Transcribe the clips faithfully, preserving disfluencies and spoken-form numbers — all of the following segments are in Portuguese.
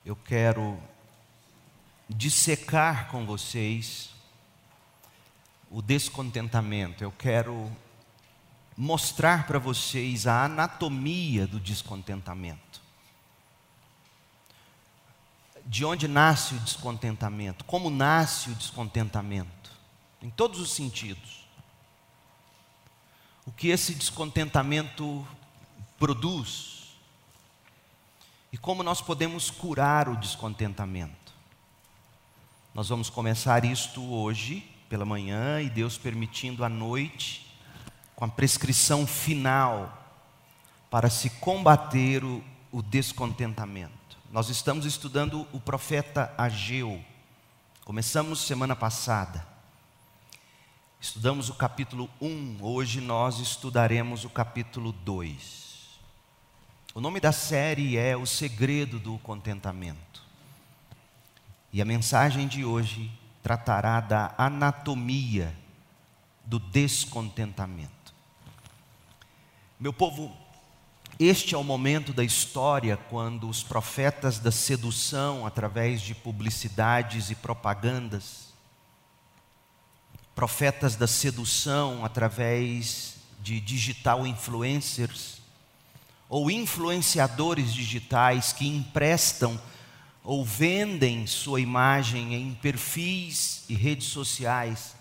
eu quero dissecar com vocês o descontentamento. Eu quero mostrar para vocês a anatomia do descontentamento. De onde nasce o descontentamento? Como nasce o descontentamento? Em todos os sentidos. O que esse descontentamento produz? E como nós podemos curar o descontentamento? Nós vamos começar isto hoje, pela manhã, e Deus permitindo à noite, com a prescrição final, para se combater o, o descontentamento. Nós estamos estudando o profeta Ageu. Começamos semana passada. Estudamos o capítulo um, hoje nós estudaremos o capítulo dois. O nome da série é O Segredo do Contentamento. E a mensagem de hoje tratará da anatomia do descontentamento. Meu povo, este é o momento da história quando os profetas da sedução, através de publicidades e propagandas, profetas da sedução através de digital influencers, ou influenciadores digitais que emprestam ou vendem sua imagem em perfis e redes sociais.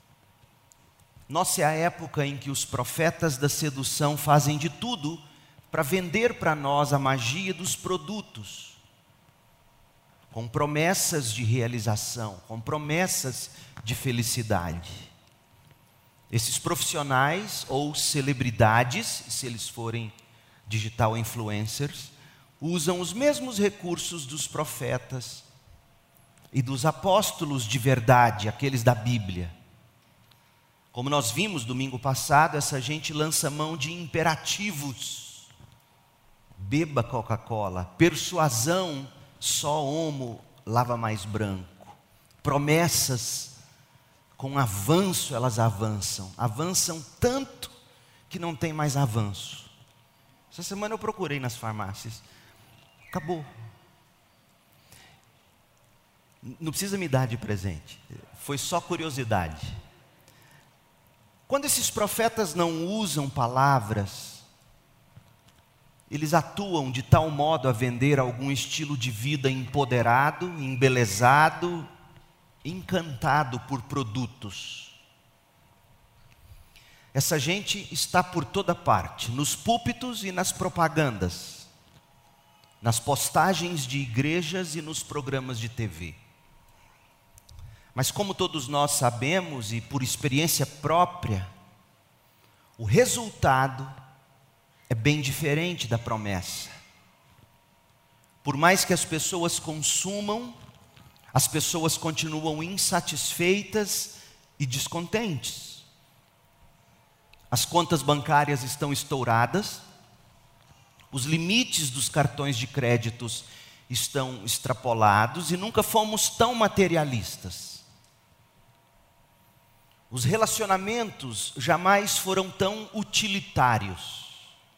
Nossa, é a época em que os profetas da sedução fazem de tudo para vender para nós a magia dos produtos, com promessas de realização, com promessas de felicidade. Esses profissionais ou celebridades, se eles forem digital influencers, usam os mesmos recursos dos profetas e dos apóstolos de verdade, aqueles da Bíblia. Como nós vimos domingo passado, essa gente lança mão de imperativos. Beba Coca-Cola. Persuasão, só homo lava mais branco. Promessas, com avanço elas avançam. Avançam tanto que não tem mais avanço. Essa semana eu procurei nas farmácias. Acabou. Não precisa me dar de presente. Foi só curiosidade. Quando esses profetas não usam palavras, eles atuam de tal modo a vender algum estilo de vida empoderado, embelezado, encantado por produtos. Essa gente está por toda parte, nos púlpitos e nas propagandas, nas postagens de igrejas e nos programas de T V. Mas como todos nós sabemos, e por experiência própria, o resultado é bem diferente da promessa. Por mais que as pessoas consumam, as pessoas continuam insatisfeitas e descontentes. As contas bancárias estão estouradas, os limites dos cartões de créditos estão extrapolados e nunca fomos tão materialistas. Os relacionamentos jamais foram tão utilitários.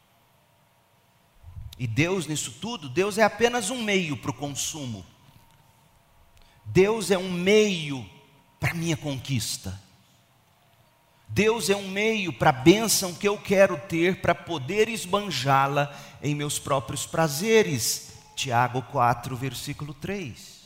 E Deus nisso tudo, Deus é apenas um meio para o consumo. Deus é um meio para a minha conquista. Deus é um meio para a bênção que eu quero ter para poder esbanjá-la em meus próprios prazeres. Tiago quatro, versículo três.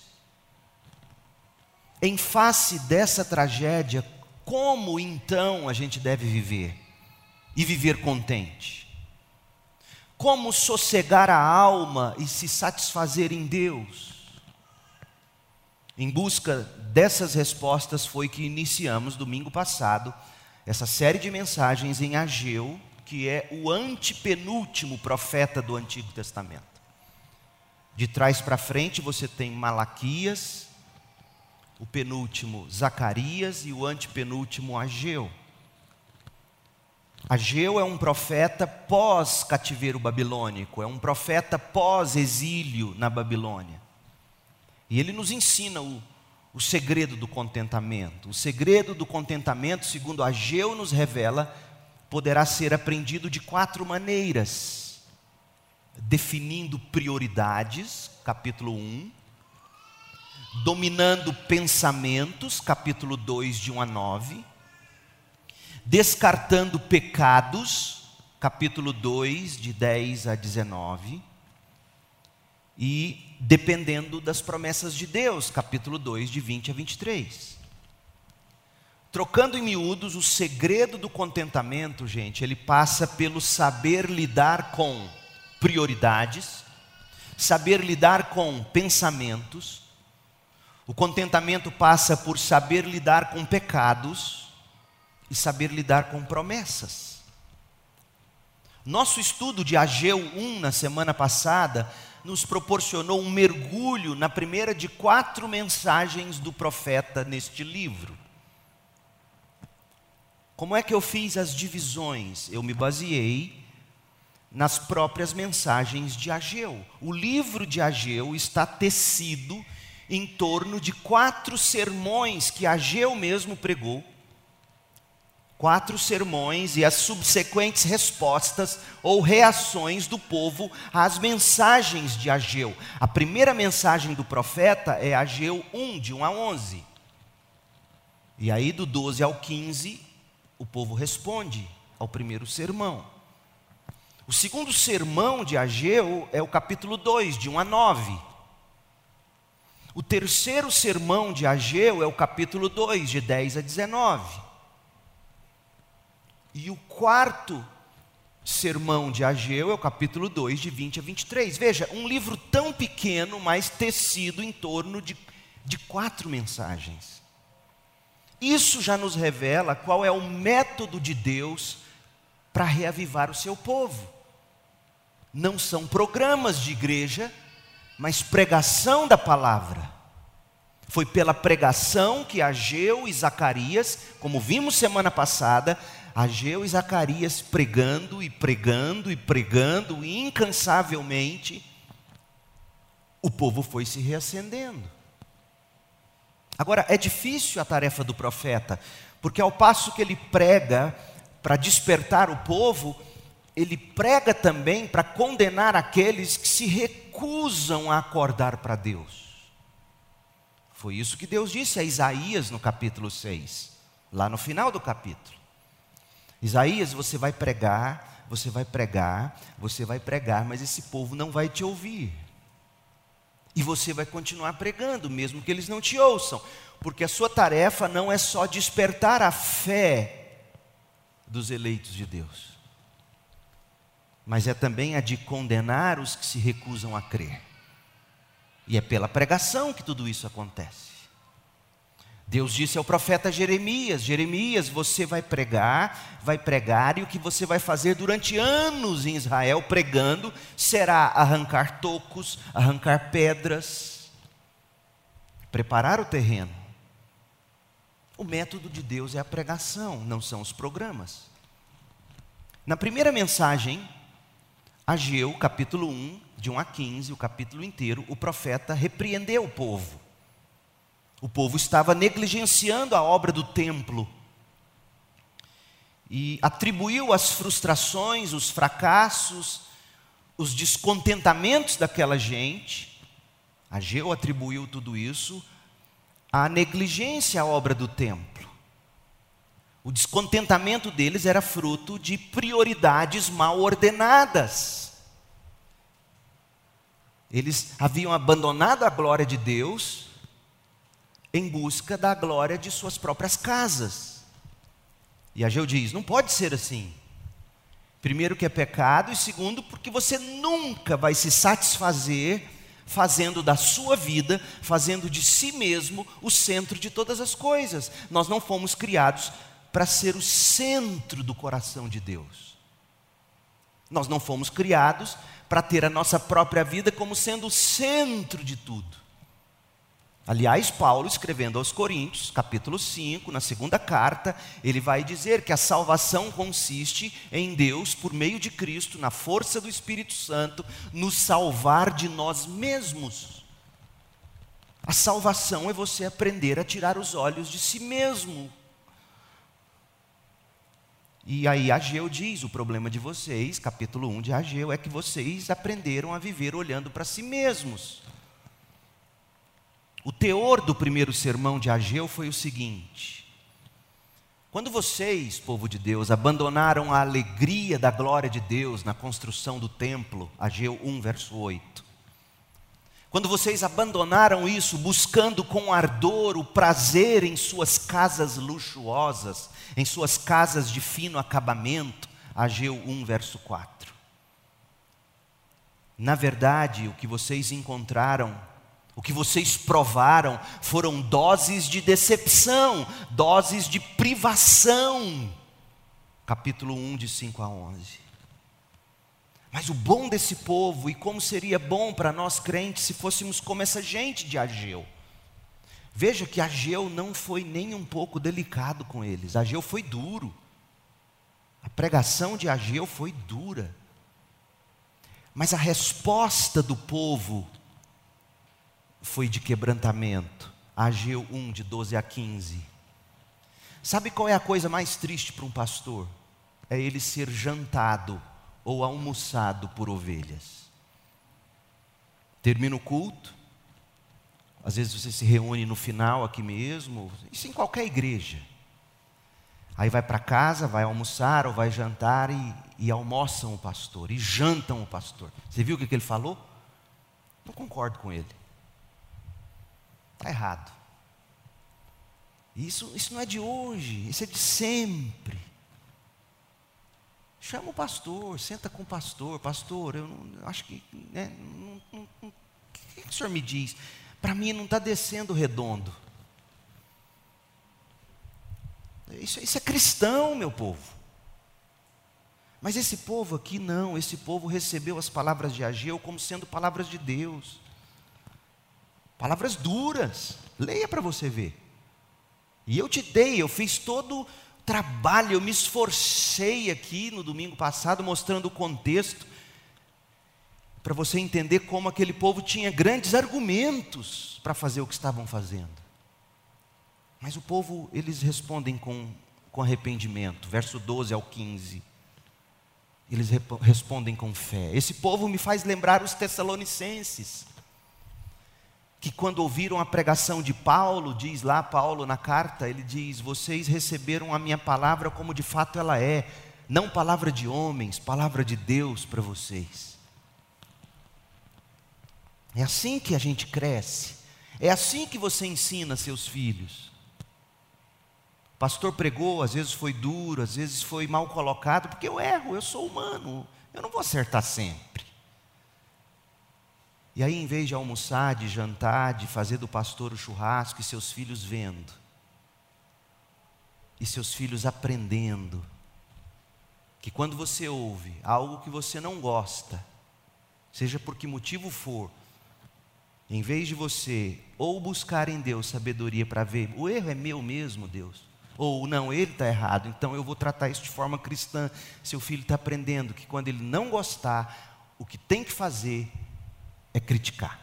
Em face dessa tragédia, como então a gente deve viver? E viver contente? Como sossegar a alma e se satisfazer em Deus? Em busca dessas respostas foi que iniciamos domingo passado essa série de mensagens em Ageu, que é o antepenúltimo profeta do Antigo Testamento. De trás para frente você tem Malaquias, o penúltimo Zacarias e o antepenúltimo Ageu. Ageu é um profeta pós-cativeiro babilônico, é um profeta pós-exílio na Babilônia. E ele nos ensina o O segredo do contentamento. O segredo do contentamento, segundo Ageu nos revela, poderá ser aprendido de quatro maneiras. definindo prioridades, capítulo um, dominando pensamentos, capítulo dois, de um a nove, descartando pecados, capítulo dois, de dez a dezenove, e dependendo das promessas de Deus, capítulo dois, de vinte a vinte e três. Trocando em miúdos, o segredo do contentamento, gente, ele passa pelo saber lidar com prioridades, saber lidar com pensamentos. O contentamento passa por saber lidar com pecados e saber lidar com promessas. Nosso estudo de Ageu um, na semana passada, nos proporcionou um mergulho na primeira de quatro mensagens do profeta neste livro. Como é que eu fiz as divisões? Eu me baseei nas próprias mensagens de Ageu. O livro de Ageu está tecido em torno de quatro sermões que Ageu mesmo pregou. Quatro sermões e as subsequentes respostas ou reações do povo às mensagens de Ageu. A primeira mensagem do profeta é Ageu um, de um a onze. E aí do doze ao quinze, o povo responde ao primeiro sermão. O segundo sermão de Ageu é o capítulo dois, de um a nove. O terceiro sermão de Ageu é o capítulo dois, de dez a dezenove. E o quarto sermão de Ageu é o capítulo dois, de vinte a vinte e três. Veja, um livro tão pequeno, mas tecido em torno de, de quatro mensagens. Isso já nos revela qual é o método de Deus para reavivar o seu povo. Não são programas de igreja, mas pregação da palavra. Foi pela pregação que Ageu e Zacarias, como vimos semana passada, Ageu e Zacarias pregando e pregando e pregando e incansavelmente, o povo foi se reacendendo. Agora, é difícil a tarefa do profeta, porque ao passo que ele prega para despertar o povo, ele prega também para condenar aqueles que se recusam a acordar para Deus. Foi isso que Deus disse a Isaías no capítulo seis, lá no final do capítulo. Isaías, você vai pregar, você vai pregar, você vai pregar, mas esse povo não vai te ouvir. E você vai continuar pregando, mesmo que eles não te ouçam, porque a sua tarefa não é só despertar a fé dos eleitos de Deus, mas é também a de condenar os que se recusam a crer. E é pela pregação que tudo isso acontece. Deus disse ao profeta Jeremias: Jeremias, você vai pregar, vai pregar, e o que você vai fazer durante anos em Israel pregando será arrancar tocos, arrancar pedras, preparar o terreno. O método de Deus é a pregação, não são os programas. Na primeira mensagem, Ageu, capítulo um, de um a quinze, o capítulo inteiro, o profeta repreendeu o povo. O povo estava negligenciando a obra do templo e atribuiu as frustrações, os fracassos, os descontentamentos daquela gente. Ageu atribuiu tudo isso à negligência à obra do templo. O descontentamento deles era fruto de prioridades mal ordenadas. Eles haviam abandonado a glória de Deus em busca da glória de suas próprias casas. E Ageu diz: não pode ser assim. Primeiro que é pecado, e segundo porque você nunca vai se satisfazer fazendo da sua vida, fazendo de si mesmo o centro de todas as coisas. Nós não fomos criados para ser o centro do coração de Deus. Nós não fomos criados para ter a nossa própria vida como sendo o centro de tudo. Aliás, Paulo, escrevendo aos Coríntios, capítulo cinco, na segunda carta, ele vai dizer que a salvação consiste em Deus, por meio de Cristo, na força do Espírito Santo, nos salvar de nós mesmos. A salvação é você aprender a tirar os olhos de si mesmo. E aí Ageu diz, o problema de vocês, capítulo um de Ageu, é que vocês aprenderam a viver olhando para si mesmos. O teor do primeiro sermão de Ageu foi o seguinte: quando vocês, povo de Deus, abandonaram a alegria da glória de Deus na construção do templo, Ageu um, verso oito. Quando vocês abandonaram isso, buscando com ardor o prazer em suas casas luxuosas, em suas casas de fino acabamento, Ageu um, verso quatro. Na verdade, o que vocês encontraram, o que vocês provaram, foram doses de decepção, doses de privação. Capítulo um, de cinco a onze. Mas o bom desse povo, e como seria bom para nós crentes se fôssemos como essa gente de Ageu. Veja que Ageu não foi nem um pouco delicado com eles. Ageu foi duro. A pregação de Ageu foi dura. Mas a resposta do povo foi de quebrantamento. Ageu um, de doze a quinze. Sabe qual é a coisa mais triste para um pastor? É ele ser jantado ou almoçado por ovelhas. Termina o culto, às vezes você se reúne no final aqui mesmo, isso em qualquer igreja. Aí vai para casa, vai almoçar ou vai jantar e, e almoçam o pastor, e jantam o pastor. Você viu o que, que ele falou? Não concordo com ele. Está errado. Isso, isso não é de hoje, isso é de sempre. Chama o pastor, senta com o pastor. Pastor, eu não, acho que, né, não, não, não, o que, que o senhor me diz? Para mim não está descendo redondo. Isso, isso é cristão, meu povo. Mas esse povo aqui não, esse povo recebeu as palavras de Ageu como sendo palavras de Deus. Palavras duras, leia para você ver. E eu te dei, eu fiz todo trabalho, eu me esforcei aqui no domingo passado mostrando o contexto para você entender como aquele povo tinha grandes argumentos para fazer o que estavam fazendo. Mas o povo, eles respondem com, com arrependimento, verso doze ao quinze. Eles rep- respondem com fé. Esse povo me faz lembrar os tessalonicenses, que quando ouviram a pregação de Paulo, diz lá Paulo na carta, ele diz: vocês receberam a minha palavra como de fato ela é, não palavra de homens, palavra de Deus para vocês. É assim que a gente cresce, é assim que você ensina seus filhos. O pastor pregou, às vezes foi duro, às vezes foi mal colocado, porque eu erro, eu sou humano, eu não vou acertar sempre. E aí, em vez de almoçar, de jantar, de fazer do pastor o churrasco e seus filhos vendo, e seus filhos aprendendo, que quando você ouve algo que você não gosta, seja por que motivo for, em vez de você ou buscar em Deus sabedoria para ver, o erro é meu mesmo, Deus, ou não, ele está errado, então eu vou tratar isso de forma cristã. Seu filho está aprendendo que quando ele não gostar, o que tem que fazer é criticar.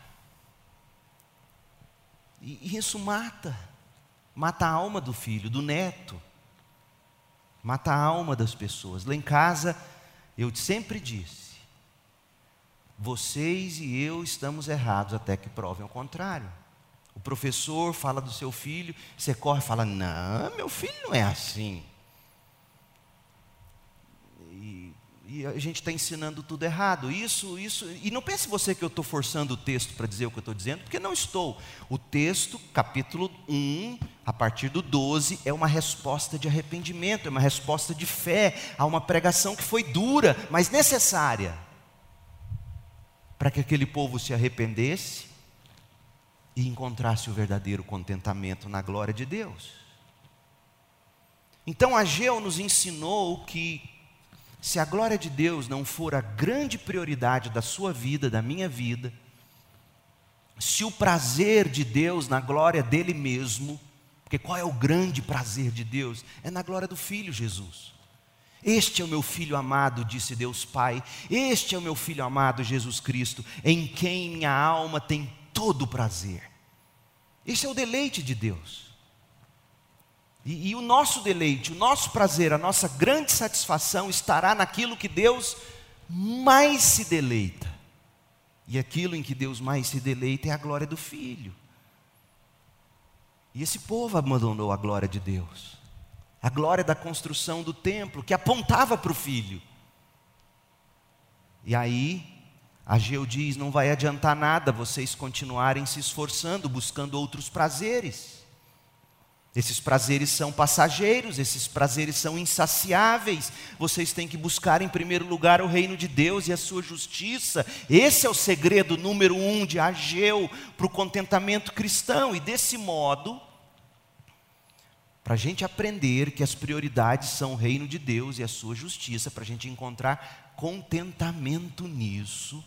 E, e isso mata, mata a alma do filho, do neto, mata a alma das pessoas. Lá em casa, eu sempre disse, vocês e eu estamos errados até que provem o contrário. O professor fala do seu filho, você corre e fala, não, meu filho não é assim. E, e a gente está ensinando tudo errado. Isso, isso, e não pense você que eu estou forçando o texto para dizer o que eu estou dizendo, porque não estou. O texto, capítulo um, a partir do doze, é uma resposta de arrependimento, é uma resposta de fé, a uma pregação que foi dura, mas necessária, para que aquele povo se arrependesse e encontrasse o verdadeiro contentamento na glória de Deus. Então Ageu nos ensinou que se a glória de Deus não for a grande prioridade da sua vida, da minha vida, se o prazer de Deus na glória dele mesmo, porque qual é o grande prazer de Deus? É na glória do Filho Jesus. Este é o meu Filho amado, disse Deus Pai, este é o meu Filho amado Jesus Cristo, em quem minha alma tem todo o prazer. Esse é o deleite de Deus. E, e o nosso deleite, o nosso prazer, a nossa grande satisfação estará naquilo que Deus mais se deleita. E aquilo em que Deus mais se deleita é a glória do Filho. E esse povo abandonou a glória de Deus, a glória da construção do templo, que apontava para o Filho. E aí, Ageu diz: não vai adiantar nada vocês continuarem se esforçando, buscando outros prazeres. Esses prazeres são passageiros, esses prazeres são insaciáveis. Vocês têm que buscar em primeiro lugar o reino de Deus e a sua justiça. Esse é o segredo número um de Ageu para o contentamento cristão. E desse modo, para a gente aprender que as prioridades são o reino de Deus e a sua justiça, para a gente encontrar contentamento nisso,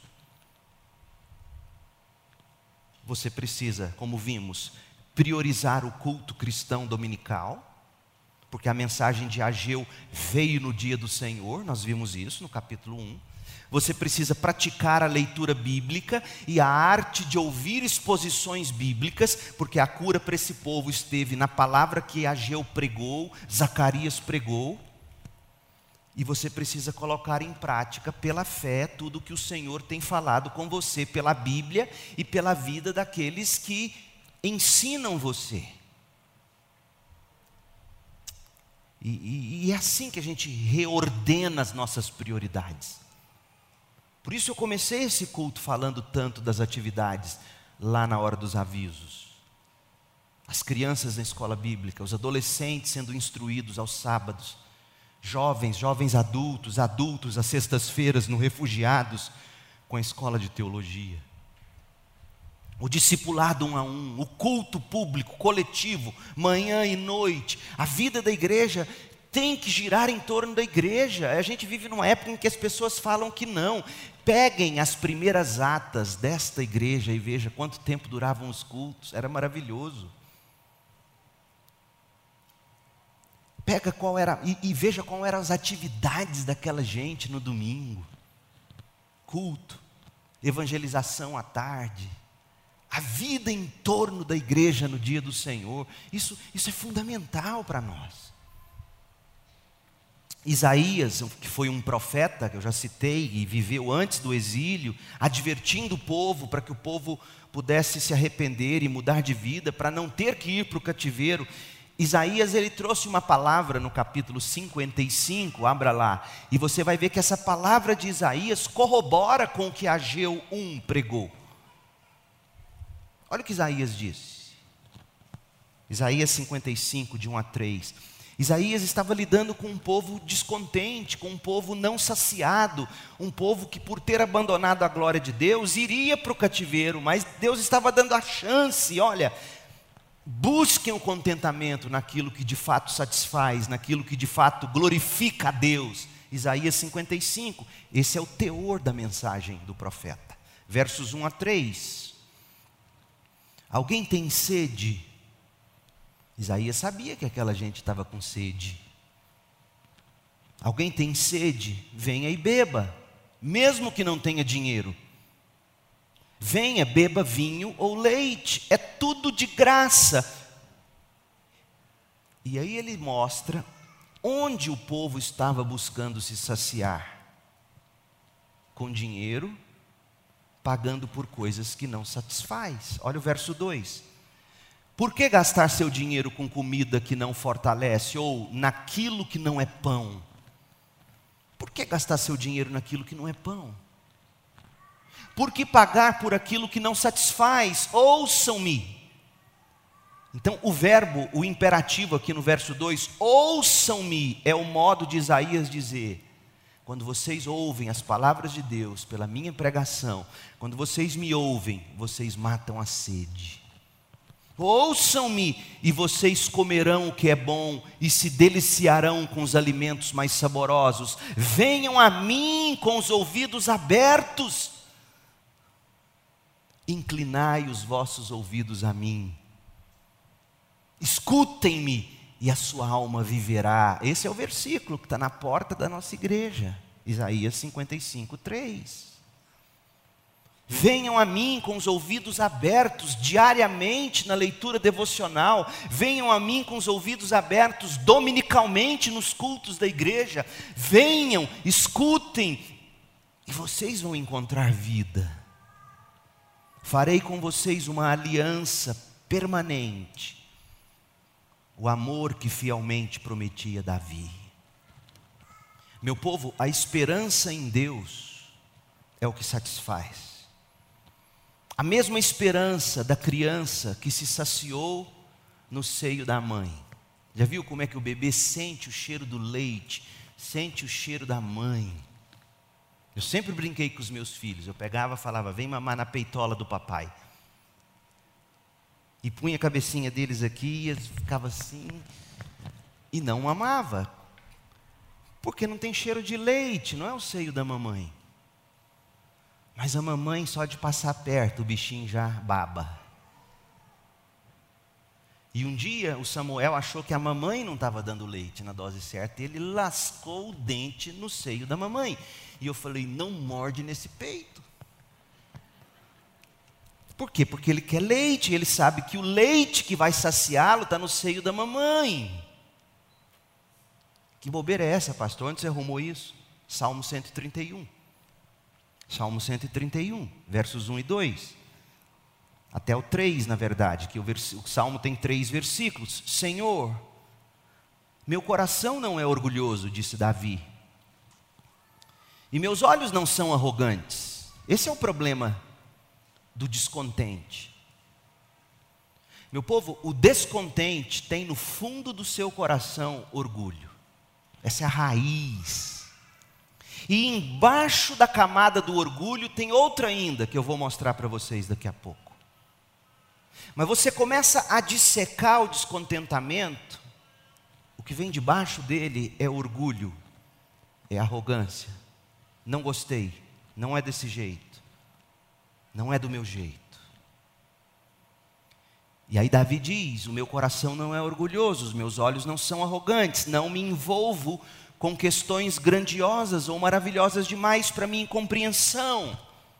você precisa, como vimos, priorizar o culto cristão dominical, porque a mensagem de Ageu veio no dia do Senhor, nós vimos isso no capítulo um. Você precisa praticar a leitura bíblica e a arte de ouvir exposições bíblicas, porque a cura para esse povo esteve na palavra que Ageu pregou, Zacarias pregou. E você precisa colocar em prática pela fé tudo o que o Senhor tem falado com você, pela Bíblia e pela vida daqueles que ensinam você. E, e, e é assim que a gente reordena as nossas prioridades. Por isso eu comecei esse culto falando tanto das atividades lá na hora dos avisos. As crianças na escola bíblica, os adolescentes sendo instruídos aos sábados, jovens, jovens adultos, adultos às sextas-feiras no Refugiados com a escola de teologia. O discipulado um a um, o culto público, coletivo, manhã e noite. A vida da igreja tem que girar em torno da igreja. A gente vive numa época em que as pessoas falam que não. Peguem as primeiras atas desta igreja e veja quanto tempo duravam os cultos. Era maravilhoso. Pega qual era, e, e veja qual eram as atividades daquela gente no domingo. Culto, evangelização à tarde. A vida em torno da igreja no dia do Senhor, isso, isso é fundamental para nós. Isaías, que foi um profeta, que eu já citei, e viveu antes do exílio, advertindo o povo para que o povo pudesse se arrepender e mudar de vida, para não ter que ir para o cativeiro. Isaías, ele trouxe uma palavra no capítulo cinquenta e cinco, abra lá, e você vai ver que essa palavra de Isaías corrobora com o que Ageu um pregou. Olha o que Isaías disse. Isaías cinquenta e cinco, de um a três. Isaías estava lidando com um povo descontente, com um povo não saciado, um povo que por ter abandonado a glória de Deus, iria para o cativeiro, mas Deus estava dando a chance. Olha, busquem o contentamento naquilo que de fato satisfaz, naquilo que de fato glorifica a Deus. Isaías cinquenta e cinco, esse é o teor da mensagem do profeta. Versos um a três. Alguém tem sede? Isaías sabia que aquela gente estava com sede. Alguém tem sede? Venha e beba, mesmo que não tenha dinheiro. Venha, beba vinho ou leite, é tudo de graça. E aí ele mostra onde o povo estava buscando se saciar. Com dinheiro, pagando por coisas que não satisfaz. Olha o verso dois. Por que gastar seu dinheiro com comida que não fortalece, ou naquilo que não é pão? Por que gastar seu dinheiro naquilo que não é pão? Por que pagar por aquilo que não satisfaz? Ouçam-me. Então o verbo, o imperativo aqui no verso dois, ouçam-me, é o modo de Isaías dizer: quando vocês ouvem as palavras de Deus pela minha pregação, quando vocês me ouvem, vocês matam a sede. Ouçam-me e vocês comerão o que é bom e se deliciarão com os alimentos mais saborosos. Venham a mim com os ouvidos abertos. Inclinai os vossos ouvidos a mim. Escutem-me e a sua alma viverá. Esse é o versículo que está na porta da nossa igreja. Isaías cinquenta e cinco, três. Venham a mim com os ouvidos abertos diariamente na leitura devocional. Venham a mim com os ouvidos abertos dominicalmente nos cultos da igreja. Venham, escutem, e vocês vão encontrar vida. Farei com vocês uma aliança permanente. O amor que fielmente prometia Davi. Meu povo, a esperança em Deus é o que satisfaz. A mesma esperança da criança que se saciou no seio da mãe. Já viu como é que o bebê sente o cheiro do leite, sente o cheiro da mãe? Eu sempre brinquei com os meus filhos, eu pegava e falava, vem mamar na peitola do papai. E punha a cabecinha deles aqui, e eles ficavam assim, e não mamava. Porque não tem cheiro de leite, não é o seio da mamãe. Mas a mamãe, só de passar perto, o bichinho já baba. E um dia o Samuel achou que a mamãe não estava dando leite na dose certa, e ele lascou o dente no seio da mamãe. E eu falei, não morde nesse peito. Por quê? Porque ele quer leite, ele sabe que o leite que vai saciá-lo está no seio da mamãe. Que bobeira é essa, pastor? Onde você arrumou isso? Salmo cento e trinta e um. Salmo cento e trinta e um, versos um e dois. Até o três, na verdade, que o, vers... o Salmo tem três versículos. Senhor, meu coração não é orgulhoso, disse Davi. E meus olhos não são arrogantes. Esse é o problema do descontente. Meu povo, o descontente tem no fundo do seu coração orgulho. Essa é a raiz. E embaixo da camada do orgulho tem outra ainda, que eu vou mostrar para vocês daqui a pouco. Mas você começa a dissecar o descontentamento, o que vem debaixo dele é orgulho, é arrogância. Não gostei, não é desse jeito, não é do meu jeito. E aí Davi diz, o meu coração não é orgulhoso, os meus olhos não são arrogantes, não me envolvo com questões grandiosas ou maravilhosas demais para minha compreensão.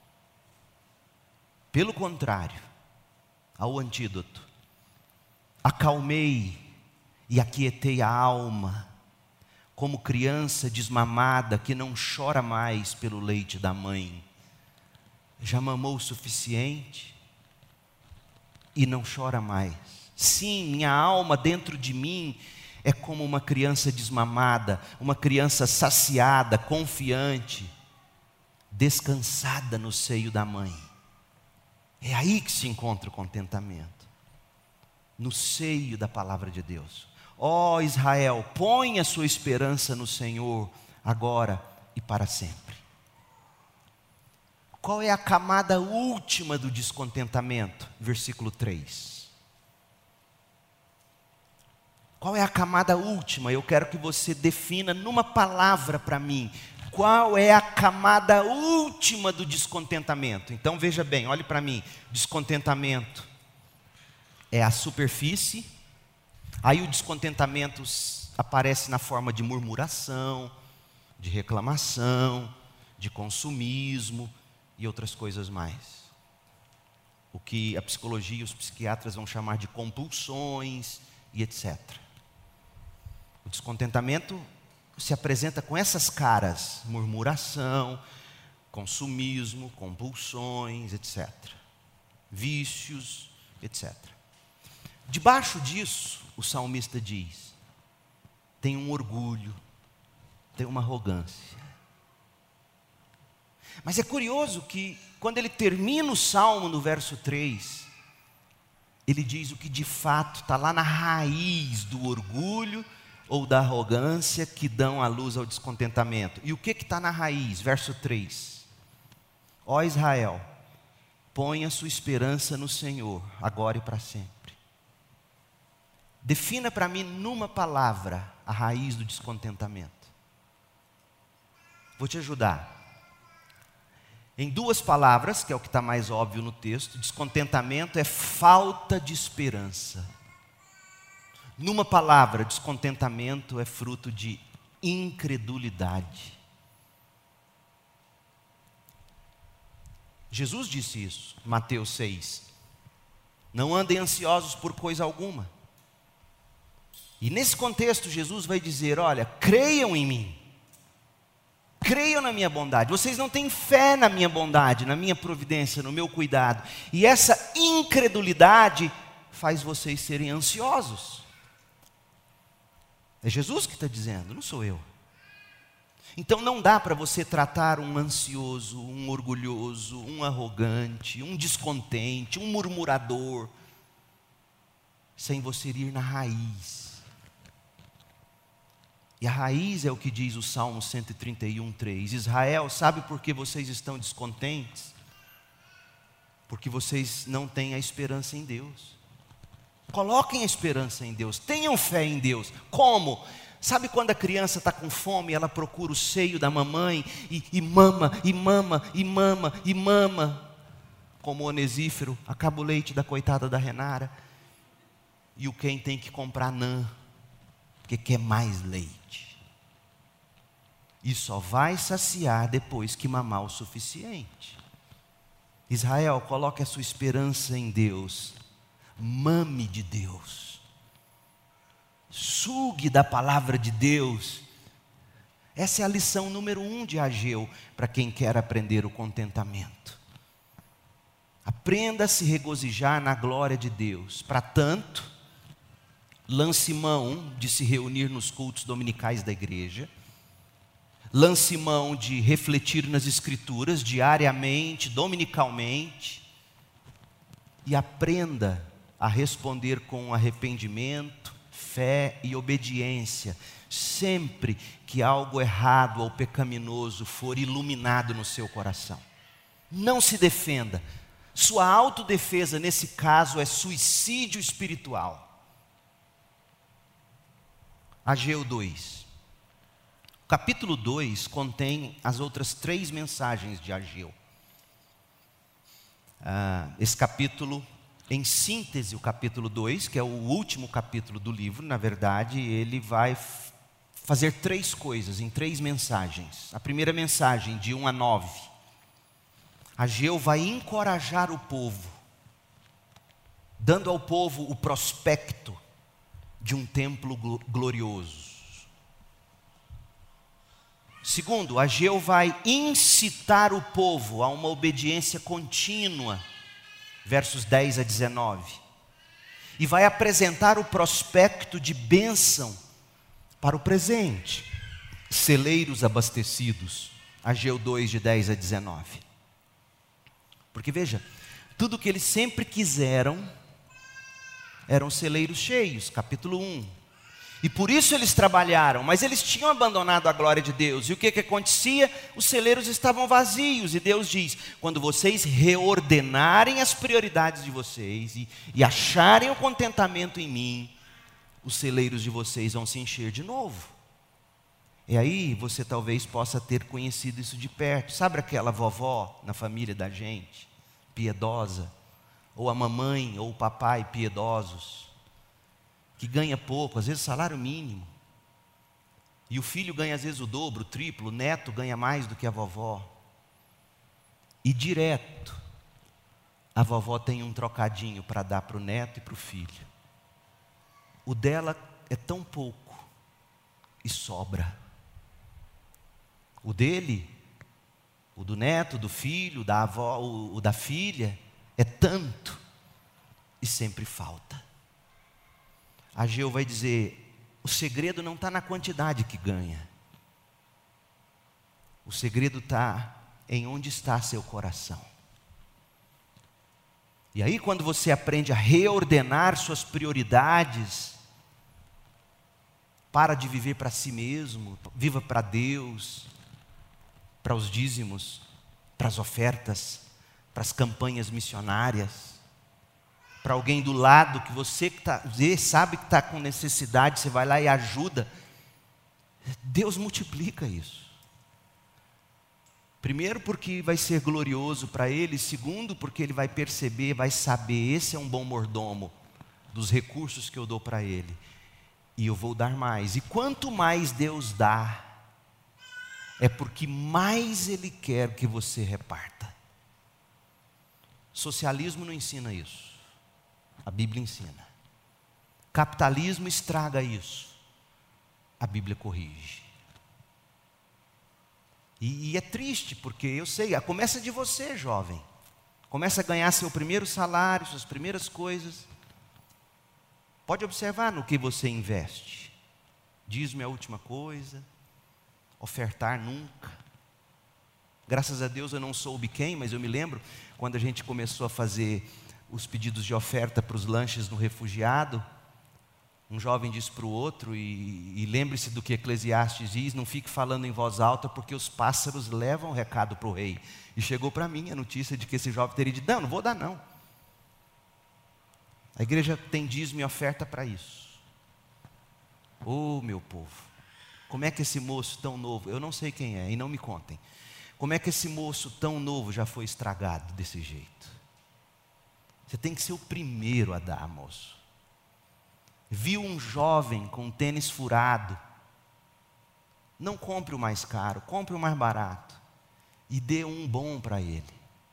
Pelo contrário, ao antídoto, acalmei e aquietei a alma, como criança desmamada que não chora mais pelo leite da mãe. Já mamou o suficiente e não chora mais. Sim, minha alma dentro de mim é como uma criança desmamada, uma criança saciada, confiante, descansada no seio da mãe. É aí que se encontra o contentamento, no seio da palavra de Deus. Ó Israel, põe a sua esperança no Senhor, agora e para sempre. Qual é a camada última do descontentamento? Versículo três. Qual é a camada última? Eu quero que você defina numa palavra para mim. Qual é a camada última do descontentamento? Então veja bem, olhe para mim. Descontentamento é a superfície. Aí o descontentamento aparece na forma de murmuração, de reclamação, de consumismo e outras coisas mais. O que a psicologia e os psiquiatras vão chamar de compulsões e etcétera. O descontentamento se apresenta com essas caras: murmuração, consumismo, compulsões, etcétera. Vícios, etcétera. Debaixo disso, o salmista diz, tem um orgulho, tem uma arrogância. Mas é curioso que, quando ele termina o salmo no verso três, ele diz o que de fato está lá na raiz do orgulho ou da arrogância que dão a luz ao descontentamento. E o que está na raiz? Verso três. Ó Israel, põe a sua esperança no Senhor, agora e para sempre. Defina para mim numa palavra a raiz do descontentamento. Vou te ajudar. Em duas palavras, que é o que está mais óbvio no texto, descontentamento é falta de esperança. Numa palavra, descontentamento é fruto de incredulidade. Jesus disse isso, Mateus seis. Não andem ansiosos por coisa alguma. E nesse contexto Jesus vai dizer, olha, creiam em mim. Creiam na minha bondade. Vocês não têm fé na minha bondade, na minha providência, no meu cuidado. E essa incredulidade faz vocês serem ansiosos. É Jesus que está dizendo, não sou eu. Então não dá para você tratar um ansioso, um orgulhoso, um arrogante, um descontente, um murmurador, sem você ir na raiz. E a raiz é o que diz o Salmo cento e trinta e um, três. Israel, sabe por que vocês estão descontentes? Porque vocês não têm a esperança em Deus. Coloquem a esperança em Deus, tenham fé em Deus. Como? Sabe quando a criança está com fome, ela procura o seio da mamãe e, e mama, e mama, e mama, e mama. Como o onesífero, acaba o leite da coitada da Renara. E o Ken tem que comprar nã, porque quer mais leite. E só vai saciar depois que mamar o suficiente. Israel, coloque a sua esperança em Deus. Mame de Deus. Sugue da palavra de Deus. Essa é a lição número um de Ageu, para quem quer aprender o contentamento. Aprenda a se regozijar na glória de Deus. Para tanto, lance mão de se reunir nos cultos dominicais da igreja. Lance mão de refletir nas Escrituras diariamente, dominicalmente. E aprenda a responder com arrependimento, fé e obediência, sempre que algo errado ou pecaminoso for iluminado no seu coração. Não se defenda. Sua autodefesa nesse caso é suicídio espiritual. Ageu dois. O capítulo dois contém as outras três mensagens de Ageu. Ah, esse capítulo, em síntese, o capítulo dois, que é o último capítulo do livro, na verdade, ele vai f- fazer três coisas em três mensagens. A primeira mensagem, de um a nove. Ageu vai encorajar o povo, dando ao povo o prospecto de um templo gl- glorioso. Segundo, Ageu vai incitar o povo a uma obediência contínua, versos dez a dezenove. E vai apresentar o prospecto de bênção para o presente. Celeiros abastecidos, Ageu dois, de dez a dezenove. Porque veja, tudo que eles sempre quiseram eram celeiros cheios, capítulo um. E por isso eles trabalharam, mas eles tinham abandonado a glória de Deus. E o que que acontecia? Os celeiros estavam vazios. E Deus diz, quando vocês reordenarem as prioridades de vocês e, e acharem o contentamento em mim, os celeiros de vocês vão se encher de novo. E aí você talvez possa ter conhecido isso de perto. Sabe aquela vovó na família da gente, piedosa? Ou a mamãe ou o papai piedosos, que ganha pouco, às vezes salário mínimo, e o filho ganha às vezes o dobro, o triplo, o neto ganha mais do que a vovó, e direto a vovó tem um trocadinho para dar para o neto e para o filho. O dela é tão pouco e sobra. O dele, o do neto, do filho, da avó, o, o da filha, é tanto e sempre falta. Ageu vai dizer, o segredo não está na quantidade que ganha. O segredo está em onde está seu coração. E aí quando você aprende a reordenar suas prioridades, para de viver para si mesmo, viva para Deus, para os dízimos, para as ofertas, para as campanhas missionárias, para alguém do lado que você que tá, vê, sabe que está com necessidade, você vai lá e ajuda. Deus multiplica isso. Primeiro porque vai ser glorioso para Ele. Segundo porque Ele vai perceber, vai saber, esse é um bom mordomo dos recursos que eu dou para Ele. E eu vou dar mais. E quanto mais Deus dá, é porque mais Ele quer que você reparta. Socialismo não ensina isso. A Bíblia ensina. Capitalismo estraga isso. A Bíblia corrige. E, e é triste, porque eu sei, começa de você, jovem. Começa a ganhar seu primeiro salário, suas primeiras coisas. Pode observar no que você investe. Dízimo é a última coisa. Ofertar nunca. Graças a Deus eu não soube quem, mas eu me lembro quando a gente começou a fazer os pedidos de oferta para os lanches no refugiado. Um jovem disse para o outro, e, e lembre-se do que Eclesiastes diz, não fique falando em voz alta, porque os pássaros levam o recado para o rei. E chegou para mim a notícia de que esse jovem teria dito, não, não vou dar não. A igreja tem dízimo e oferta para isso. Oh, meu povo, como é que esse moço tão novo, eu não sei quem é, e não me contem, como é que esse moço tão novo já foi estragado desse jeito? Você tem que ser o primeiro a dar, moço. Viu um jovem com um tênis furado, não compre o mais caro, compre o mais barato e dê um bom para ele.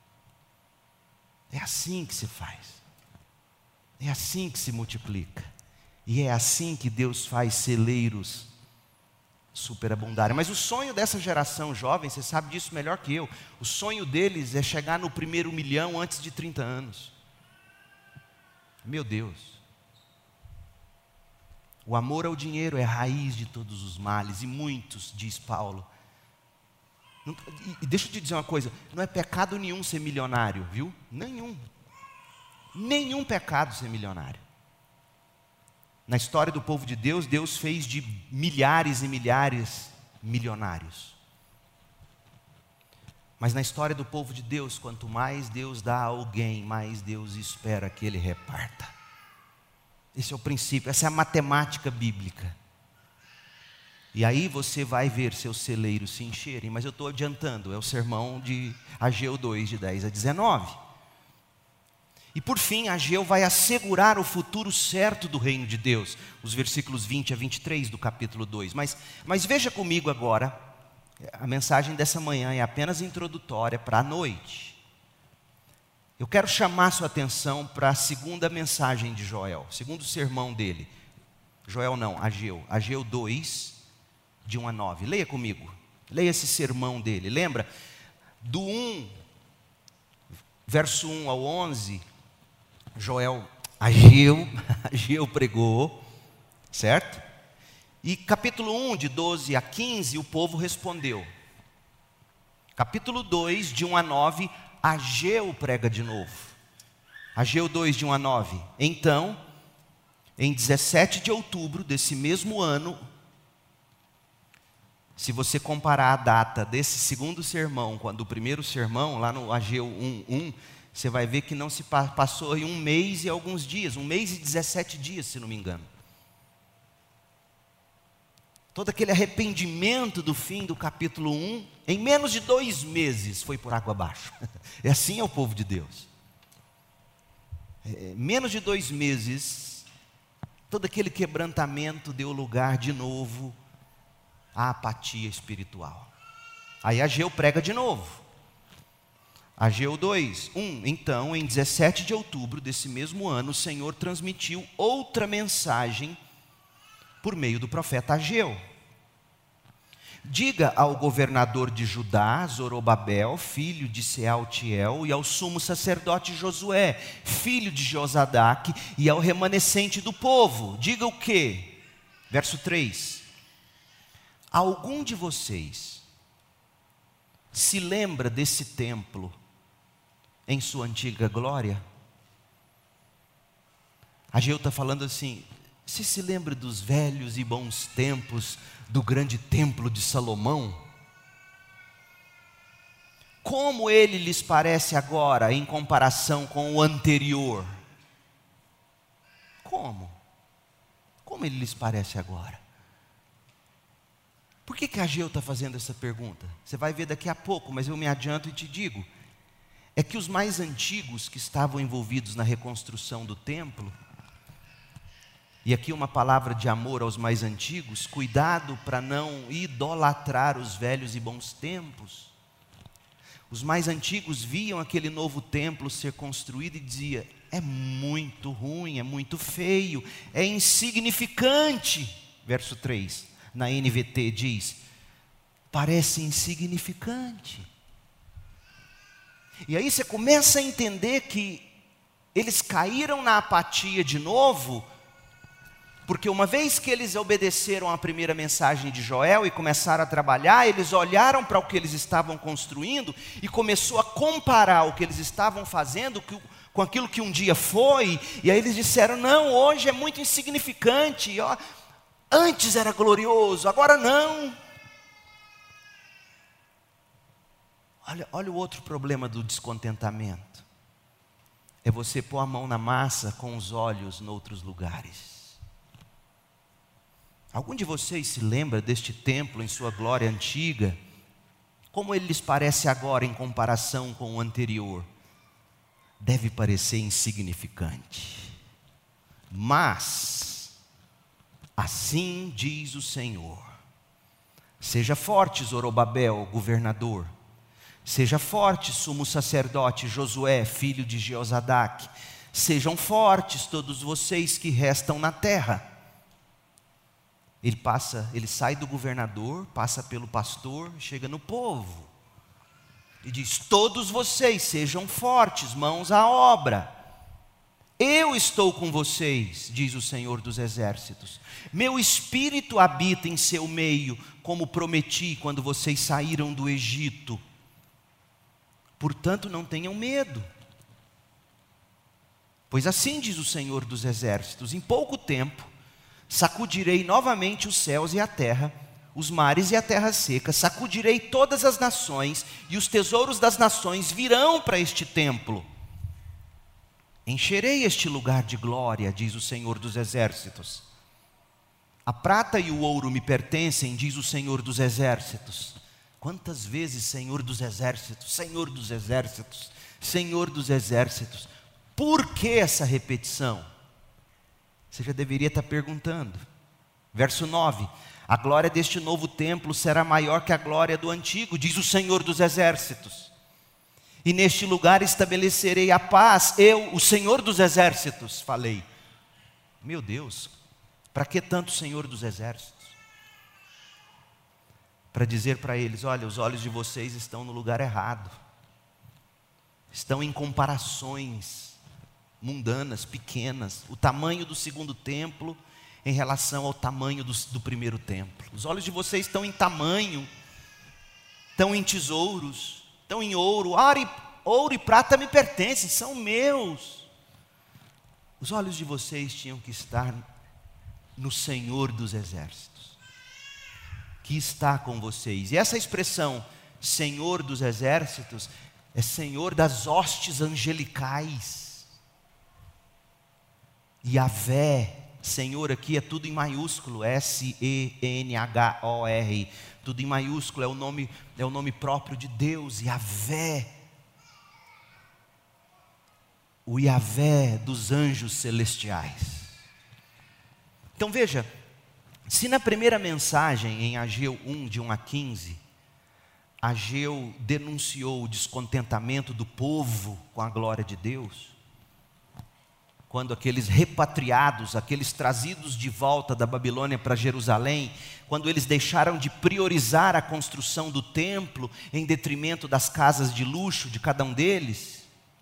É assim que se faz, é assim que se multiplica, e é assim que Deus faz celeiros superabundarem. Mas o sonho dessa geração jovem, você sabe disso melhor que eu, o sonho deles é chegar no primeiro milhão antes de trinta anos. Meu Deus. O amor ao dinheiro é a raiz de todos os males, e muitos, diz Paulo. E deixa eu te dizer uma coisa, não é pecado nenhum ser milionário, viu? Nenhum. Nenhum pecado ser milionário. Na história do povo de Deus, Deus fez de milhares e milhares milionários. Mas na história do povo de Deus, quanto mais Deus dá a alguém, mais Deus espera que ele reparta. Esse é o princípio, essa é a matemática bíblica. E aí você vai ver seus celeiros se encherem, mas eu estou adiantando, é o sermão de Ageu dois, de dez a dezenove. E por fim, Ageu vai assegurar o futuro certo do reino de Deus, os versículos vinte a vinte e três do capítulo dois. Mas, mas veja comigo agora, a mensagem dessa manhã é apenas introdutória para a noite. Eu quero chamar sua atenção para a segunda mensagem de Joel, segundo sermão dele. Joel não, Ageu. Ageu dois, de um a nove. Leia comigo. Leia esse sermão dele. Lembra? Do um, verso um ao onze, Joel, Ageu, Ageu pregou, certo? E capítulo um, de doze a quinze, o povo respondeu. Capítulo dois, de um a nove, Ageu prega de novo. Ageu dois, de um a nove. Então, em dezessete de outubro desse mesmo ano, se você comparar a data desse segundo sermão com a do primeiro sermão, lá no Ageu um, um, você vai ver que não se passou em um mês e alguns dias, um mês e dezessete dias, se não me engano. Todo aquele arrependimento do fim do capítulo um, em menos de dois meses, foi por água abaixo. É assim é o povo de Deus. É, menos de dois meses, todo aquele quebrantamento deu lugar de novo à apatia espiritual. Aí Ageu prega de novo. Ageu dois, um. Então, em dezessete de outubro desse mesmo ano, o Senhor transmitiu outra mensagem por meio do profeta Ageu. Diga ao governador de Judá, Zorobabel, filho de Sealtiel, e ao sumo sacerdote Josué, filho de Josadaque, e ao remanescente do povo. Diga o quê? Verso três. Algum de vocês se lembra desse templo em sua antiga glória? Ageu está falando assim, você se lembra dos velhos e bons tempos do grande templo de Salomão? Como ele lhes parece agora em comparação com o anterior? Como? Como ele lhes parece agora? Por que que Ageu está fazendo essa pergunta? Você vai ver daqui a pouco, mas eu me adianto e te digo. É que os mais antigos que estavam envolvidos na reconstrução do templo, e aqui uma palavra de amor aos mais antigos, cuidado para não idolatrar os velhos e bons tempos. Os mais antigos viam aquele novo templo ser construído e diziam: é muito ruim, é muito feio, é insignificante. Verso três, na N V T diz: parece insignificante. E aí você começa a entender que eles caíram na apatia de novo, porque uma vez que eles obedeceram à primeira mensagem de Joel e começaram a trabalhar, eles olharam para o que eles estavam construindo e começou a comparar o que eles estavam fazendo com aquilo que um dia foi, e aí eles disseram: não, hoje é muito insignificante, ó, antes era glorioso, agora não. Olha, olha o outro problema do descontentamento, é você pôr a mão na massa com os olhos em outros lugares. Algum de vocês se lembra deste templo em sua glória antiga? Como ele lhes parece agora em comparação com o anterior? Deve parecer insignificante. Mas, assim diz o Senhor: seja forte, Zorobabel, governador. Seja forte, sumo sacerdote Josué, filho de Jeozadaque. Sejam fortes todos vocês que restam na terra. Ele passa, ele sai do governador, passa pelo pastor, chega no povo e diz: todos vocês sejam fortes, mãos à obra. Eu estou com vocês, diz o Senhor dos Exércitos. Meu espírito habita em seu meio, como prometi quando vocês saíram do Egito. Portanto, não tenham medo. Pois assim diz o Senhor dos Exércitos: em pouco tempo sacudirei novamente os céus e a terra, os mares e a terra seca, sacudirei todas as nações, e os tesouros das nações virão para este templo. Encherei este lugar de glória, diz o Senhor dos Exércitos. A prata e o ouro me pertencem, diz o Senhor dos Exércitos. Quantas vezes, Senhor dos Exércitos, Senhor dos Exércitos, Senhor dos Exércitos? Por que essa repetição? Você já deveria estar perguntando. Verso nove: a glória deste novo templo será maior que a glória do antigo, diz o Senhor dos Exércitos. E neste lugar estabelecerei a paz, eu, o Senhor dos Exércitos, falei. Meu Deus, para que tanto Senhor dos Exércitos? Para dizer para eles: olha, os olhos de vocês estão no lugar errado. Estão em comparações mundanas, pequenas. O tamanho do segundo templo em relação ao tamanho do, do primeiro templo. Os olhos de vocês estão em tamanho, estão em tesouros, estão em ouro. Ouro e, ouro e prata me pertencem, são meus. Os olhos de vocês tinham que estar no Senhor dos Exércitos, que está com vocês. E essa expressão, Senhor dos Exércitos, é Senhor das hostes angelicais. Yahvé, Senhor aqui é tudo em maiúsculo, S E N H O R, tudo em maiúsculo, é o nome, é o nome próprio de Deus, Yahvé. O Yahvé dos anjos celestiais. Então veja, se na primeira mensagem em Ageu um, de um a quinze, Ageu denunciou o descontentamento do povo com a glória de Deus, quando aqueles repatriados, aqueles trazidos de volta da Babilônia para Jerusalém, quando eles deixaram de priorizar a construção do templo em detrimento das casas de luxo de cada um deles,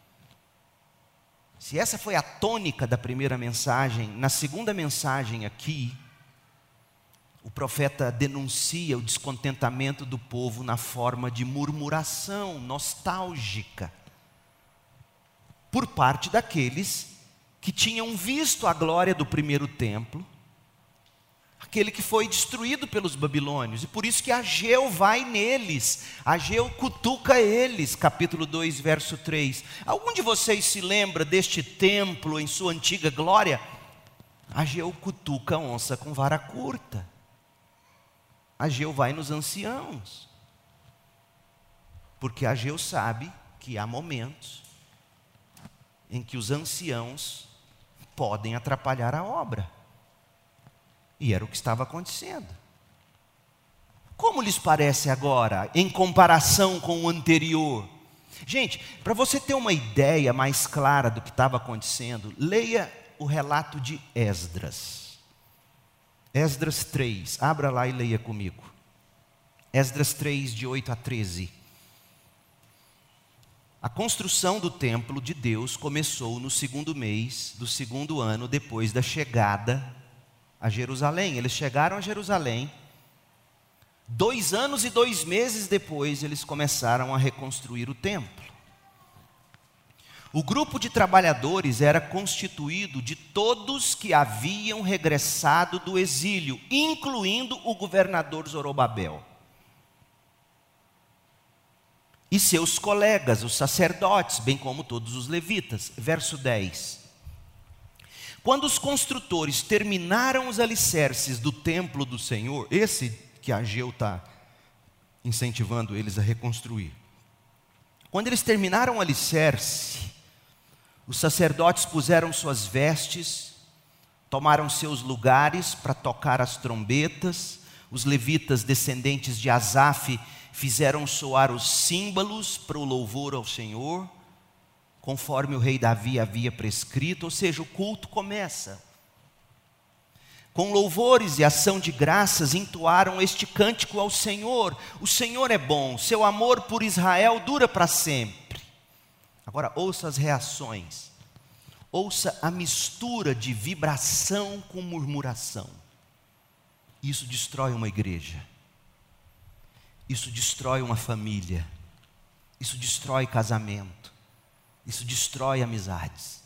se essa foi a tônica da primeira mensagem, na segunda mensagem aqui, o profeta denuncia o descontentamento do povo na forma de murmuração nostálgica, por parte daqueles que tinham visto a glória do primeiro templo, aquele que foi destruído pelos babilônios, e por isso que Ageu vai neles, Ageu cutuca eles, capítulo dois, verso três. Algum de vocês se lembra deste templo em sua antiga glória? Ageu cutuca a onça com vara curta. Ageu vai nos anciãos, porque Ageu sabe que há momentos em que os anciãos podem atrapalhar a obra, e era o que estava acontecendo. Como lhes parece agora, em comparação com o anterior? Gente, para você ter uma ideia mais clara do que estava acontecendo, leia o relato de Esdras. Esdras três, abra lá e leia comigo. Esdras três, de oito a treze. A construção do templo de Deus começou no segundo mês do segundo ano depois da chegada a Jerusalém. Eles chegaram a Jerusalém. Dois anos e dois meses depois, eles começaram a reconstruir o templo. O grupo de trabalhadores era constituído de todos que haviam regressado do exílio, incluindo o governador Zorobabel e seus colegas, os sacerdotes, bem como todos os levitas. Verso dez. Quando os construtores terminaram os alicerces do templo do Senhor, esse que Ageu está incentivando eles a reconstruir. Quando eles terminaram o alicerce, os sacerdotes puseram suas vestes, tomaram seus lugares para tocar as trombetas, os levitas descendentes de Asaf fizeram soar os símbolos para o louvor ao Senhor, conforme o rei Davi havia prescrito, ou seja, o culto começa. Com louvores e ação de graças entoaram este cântico ao Senhor. O Senhor é bom, seu amor por Israel dura para sempre. Agora ouça as reações. Ouça a mistura de vibração com murmuração. Isso destrói uma igreja. Isso destrói uma família. Isso destrói casamento. Isso destrói amizades.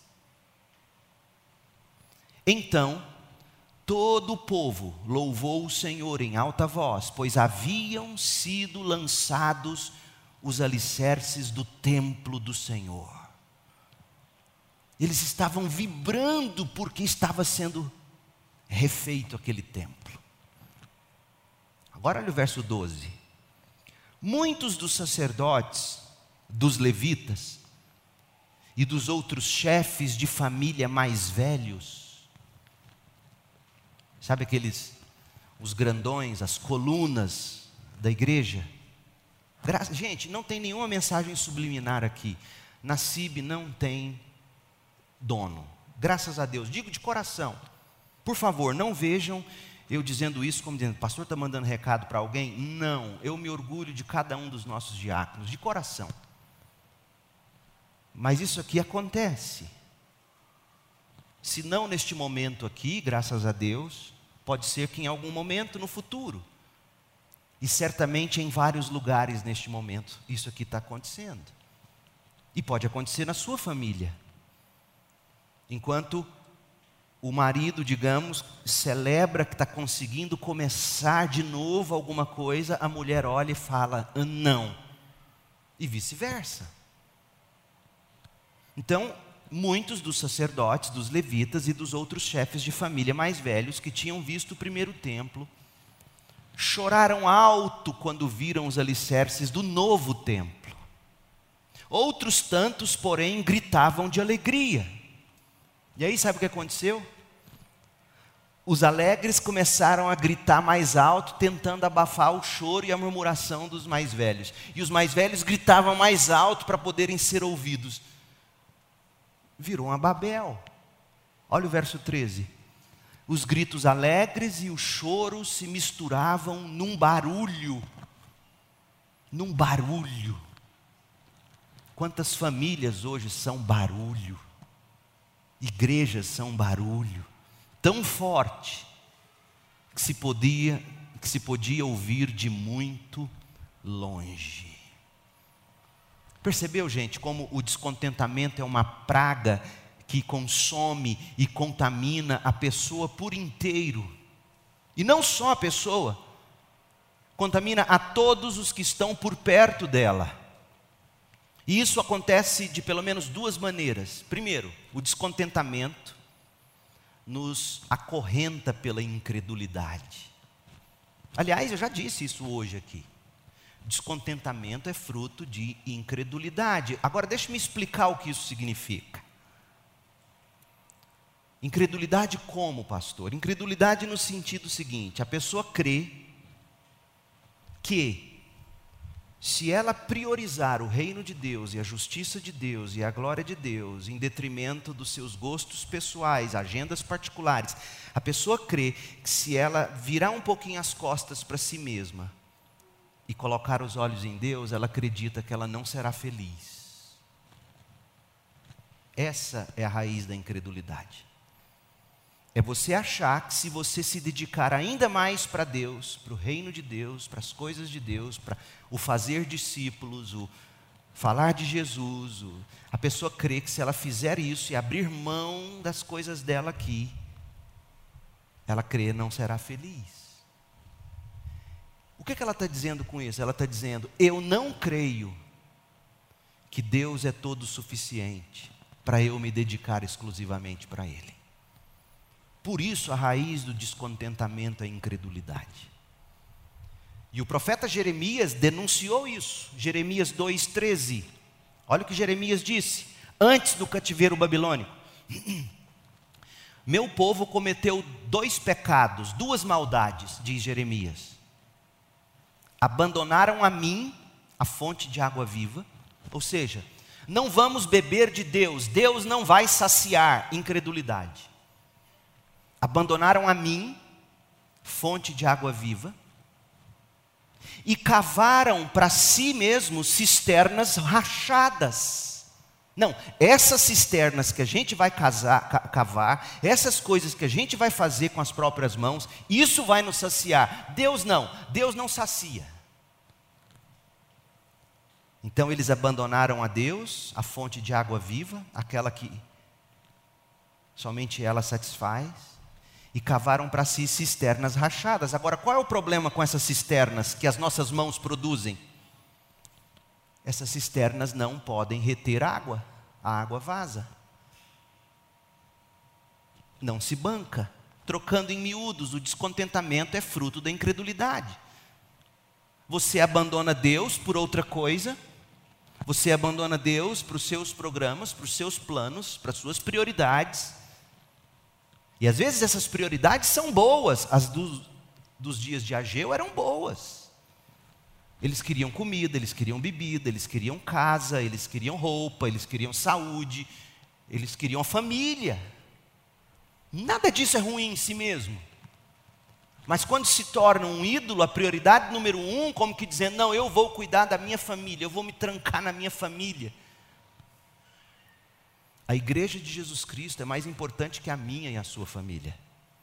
Então, todo o povo louvou o Senhor em alta voz, pois haviam sido lançados os alicerces do templo do Senhor. Eles estavam vibrando porque estava sendo refeito aquele templo. Agora olha o verso doze. Muitos dos sacerdotes, dos levitas e dos outros chefes de família mais velhos, sabe aqueles, os grandões, as colunas da igreja? Gra- Gente, não tem nenhuma mensagem subliminar aqui. Na C I B não tem dono. Graças a Deus, digo de coração. Por favor, não vejam eu dizendo isso como dizendo, o pastor está mandando recado para alguém? Não, eu me orgulho de cada um dos nossos diáconos, de coração. Mas isso aqui acontece. Se não neste momento aqui, graças a Deus, pode ser que em algum momento no futuro. E certamente em vários lugares neste momento, isso aqui está acontecendo. E pode acontecer na sua família. Enquanto o marido, digamos, celebra que está conseguindo começar de novo alguma coisa, a mulher olha e fala, não. E vice-versa. Então, muitos dos sacerdotes, dos levitas e dos outros chefes de família mais velhos que tinham visto o primeiro templo, choraram alto quando viram os alicerces do novo templo. Outros tantos, porém, gritavam de alegria. E aí sabe o que aconteceu? Os alegres começaram a gritar mais alto, tentando abafar o choro e a murmuração dos mais velhos. E os mais velhos gritavam mais alto para poderem ser ouvidos. Virou uma Babel. Olha o verso treze. Os gritos alegres e o choro se misturavam num barulho. Num barulho. Quantas famílias hoje são barulho? Igrejas são barulho. Tão forte que se podia, que se podia ouvir de muito longe. Percebeu, gente, como o descontentamento é uma praga que consome e contamina a pessoa por inteiro? E não só a pessoa, contamina a todos os que estão por perto dela. E isso acontece de pelo menos duas maneiras. Primeiro, o descontentamento nos acorrenta pela incredulidade. Aliás, eu já disse isso hoje aqui. Descontentamento é fruto de incredulidade. Agora, deixe-me explicar o que isso significa. Incredulidade como, pastor? Incredulidade no sentido seguinte: a pessoa crê que se ela priorizar o reino de Deus e a justiça de Deus e a glória de Deus em detrimento dos seus gostos pessoais, agendas particulares, a pessoa crê que se ela virar um pouquinho as costas para si mesma e colocar os olhos em Deus, ela acredita que ela não será feliz. Essa é a raiz da incredulidade. É você achar que se você se dedicar ainda mais para Deus, para o reino de Deus, para as coisas de Deus, para o fazer discípulos, o falar de Jesus, o... a pessoa crê que se ela fizer isso e abrir mão das coisas dela aqui, ela crê não será feliz. O que, que ela está dizendo com isso? Ela está dizendo, eu não creio que Deus é todo suficiente para eu me dedicar exclusivamente para Ele. Por isso a raiz do descontentamento é a incredulidade. E o profeta Jeremias denunciou isso. Jeremias dois, treze. Olha o que Jeremias disse, antes do cativeiro babilônico. Meu povo cometeu dois pecados, duas maldades, diz Jeremias. Abandonaram a mim, a fonte de água viva. Ou seja, não vamos beber de Deus, Deus não vai saciar, incredulidade. Abandonaram a mim, fonte de água viva, e cavaram para si mesmos cisternas rachadas. Não, essas cisternas que a gente vai casar, ca- cavar, essas coisas que a gente vai fazer com as próprias mãos, isso vai nos saciar. Deus não, Deus não sacia. Então eles abandonaram a Deus, a fonte de água viva, aquela que somente ela satisfaz, e cavaram para si cisternas rachadas. Agora, qual é o problema com essas cisternas que as nossas mãos produzem? Essas cisternas não podem reter água, a água vaza. Não se banca. Trocando em miúdos, o descontentamento é fruto da incredulidade. Você abandona Deus por outra coisa, você abandona Deus para os seus programas, para os seus planos, para as suas prioridades. E às vezes essas prioridades são boas, as dos, dos dias de Ageu eram boas. Eles queriam comida, eles queriam bebida, eles queriam casa, eles queriam roupa, eles queriam saúde, eles queriam família. Nada disso é ruim em si mesmo. Mas quando se torna um ídolo, a prioridade número um, como que dizendo, não, eu vou cuidar da minha família, eu vou me trancar na minha família. A igreja de Jesus Cristo é mais importante que a minha e a sua família.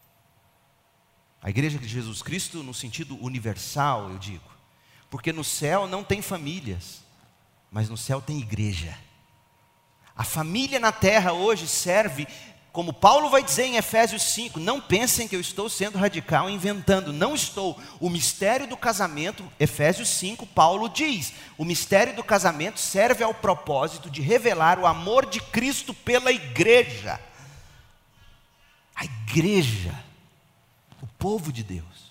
A igreja de Jesus Cristo no sentido universal, eu digo. Porque no céu não tem famílias, mas no céu tem igreja. A família na terra hoje serve, como Paulo vai dizer em Efésios cinco, não pensem que eu estou sendo radical inventando, não estou. O mistério do casamento, Efésios cinco, Paulo diz, o mistério do casamento serve ao propósito de revelar o amor de Cristo pela igreja. A igreja, o povo de Deus.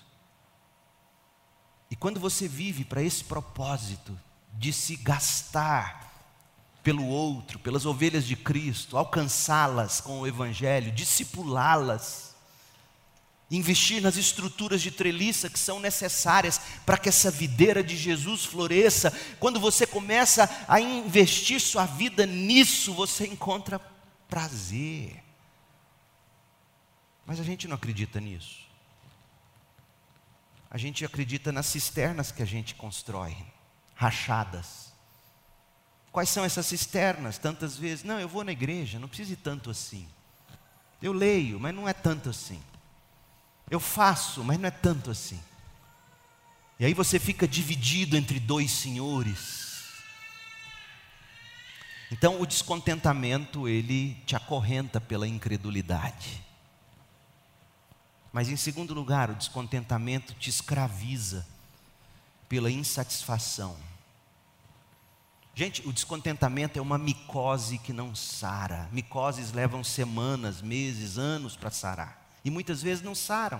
E quando você vive para esse propósito de se gastar pelo outro, pelas ovelhas de Cristo, alcançá-las com o Evangelho, discipulá-las, investir nas estruturas de treliça que são necessárias para que essa videira de Jesus floresça. Quando você começa a investir sua vida nisso, você encontra prazer. Mas a gente não acredita nisso. A gente acredita nas cisternas que a gente constrói, rachadas. Quais são essas cisternas? Tantas vezes, não, eu vou na igreja, não precisa ir tanto assim. Eu leio, mas não é tanto assim. Eu faço, mas não é tanto assim. E aí você fica dividido entre dois senhores. Então o descontentamento, ele te acorrenta pela incredulidade. Mas em segundo lugar, o descontentamento te escraviza pela insatisfação. Gente, o descontentamento é uma micose que não sara. Micoses levam semanas, meses, anos para sarar. E muitas vezes não saram.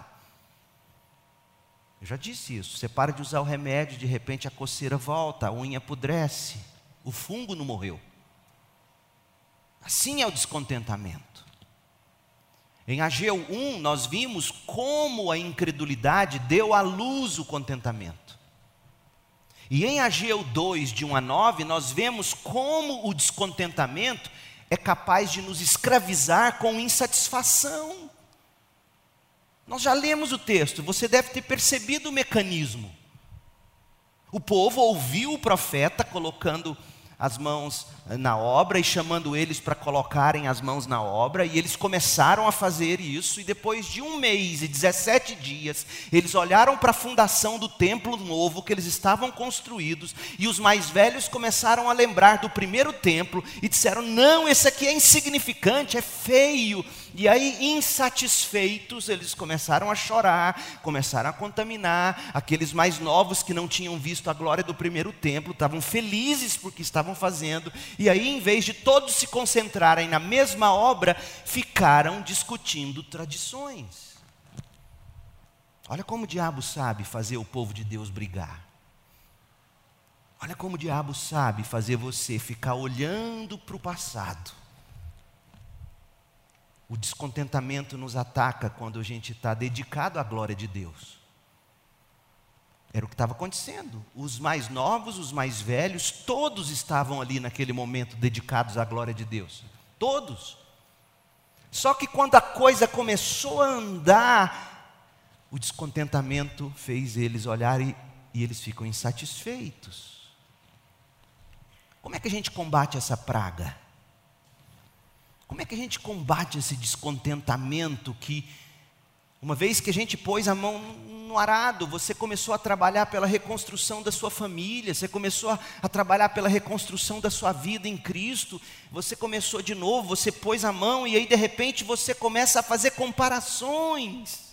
Eu já disse isso. Você para de usar o remédio, de repente a coceira volta, a unha apodrece. O fungo não morreu. Assim é o descontentamento. Em Ageu um, nós vimos como a incredulidade deu à luz o contentamento. E em Ageu dois, de um a nove, nós vemos como o descontentamento é capaz de nos escravizar com insatisfação. Nós já lemos o texto, você deve ter percebido o mecanismo. O povo ouviu o profeta colocando as mãos na obra e chamando eles para colocarem as mãos na obra, e eles começaram a fazer isso, e depois de um mês e dezessete dias, eles olharam para a fundação do templo novo que eles estavam construídos, e os mais velhos começaram a lembrar do primeiro templo, e disseram: não, esse aqui é insignificante, é feio. E aí, insatisfeitos, eles começaram a chorar, começaram a contaminar. Aqueles mais novos que não tinham visto a glória do primeiro templo, estavam felizes porque estavam fazendo. E aí, em vez de todos se concentrarem na mesma obra, ficaram discutindo tradições. Olha como o diabo sabe fazer o povo de Deus brigar. Olha como o diabo sabe fazer você ficar olhando para o passado. O descontentamento nos ataca quando a gente está dedicado à glória de Deus. Era o que estava acontecendo. Os mais novos, os mais velhos, todos estavam ali naquele momento dedicados à glória de Deus. Todos. Só que quando a coisa começou a andar, o descontentamento fez eles olharem e eles ficam insatisfeitos. Como é que a gente combate essa praga? Como é que a gente combate esse descontentamento que, uma vez que a gente pôs a mão no arado, você começou a trabalhar pela reconstrução da sua família, você começou a, a trabalhar pela reconstrução da sua vida em Cristo, você começou de novo, você pôs a mão e aí de repente você começa a fazer comparações.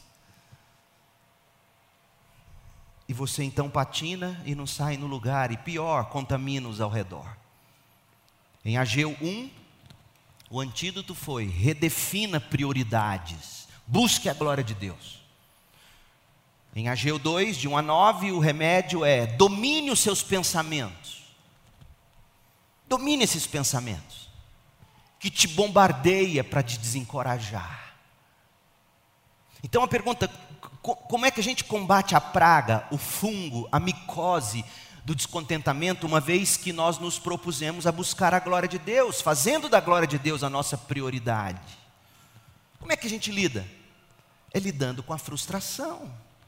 E você então patina e não sai no lugar, e pior, contamina-os ao redor. Em Ageu um, o antídoto foi: redefina prioridades, busque a glória de Deus. Em Ageu dois, de um a nove, o remédio é: domine os seus pensamentos. Domine esses pensamentos que te bombardeia para te desencorajar. Então a pergunta: como é que a gente combate a praga, o fungo, a micose do descontentamento, uma vez que nós nos propusemos a buscar a glória de Deus, fazendo da glória de Deus a nossa prioridade? Como é que a gente lida? É lidando com a frustração.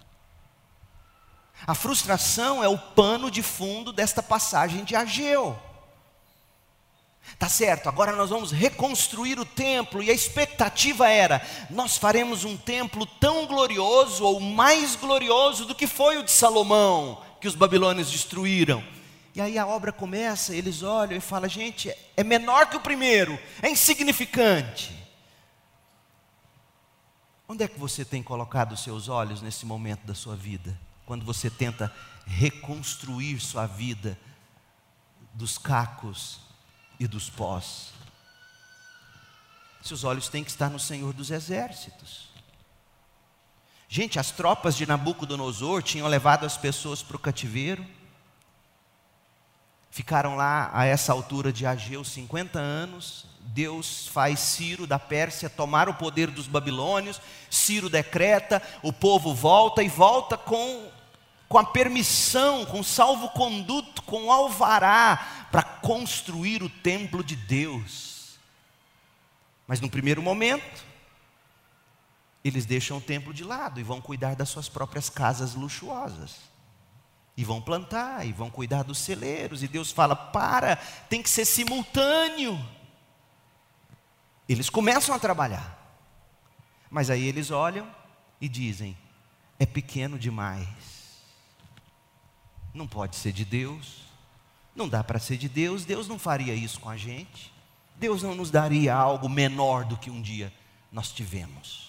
A frustração é o pano de fundo desta passagem de Ageu. Tá certo, agora nós vamos reconstruir o templo, e a expectativa era: nós faremos um templo tão glorioso ou mais glorioso do que foi o de Salomão, que os babilônios destruíram. E aí a obra começa, eles olham e falam: gente, é menor que o primeiro, é insignificante. Onde é que você tem colocado os seus olhos nesse momento da sua vida? Quando você tenta reconstruir sua vida dos cacos e dos pós. Seus olhos têm que estar no Senhor dos Exércitos. Gente, as tropas de Nabucodonosor tinham levado as pessoas para o cativeiro. Ficaram lá a essa altura de Ageu cinquenta anos. Deus faz Ciro da Pérsia tomar o poder dos babilônios. Ciro decreta, o povo volta e volta com, com a permissão, com salvo-conduto, com alvará para construir o templo de Deus. Mas no primeiro momento, eles deixam o templo de lado e vão cuidar das suas próprias casas luxuosas. E vão plantar, e vão cuidar dos celeiros. E Deus fala: para, tem que ser simultâneo. Eles começam a trabalhar. Mas aí eles olham e dizem: é pequeno demais. Não pode ser de Deus. Não dá para ser de Deus. Deus não faria isso com a gente. Deus não nos daria algo menor do que um dia nós tivemos.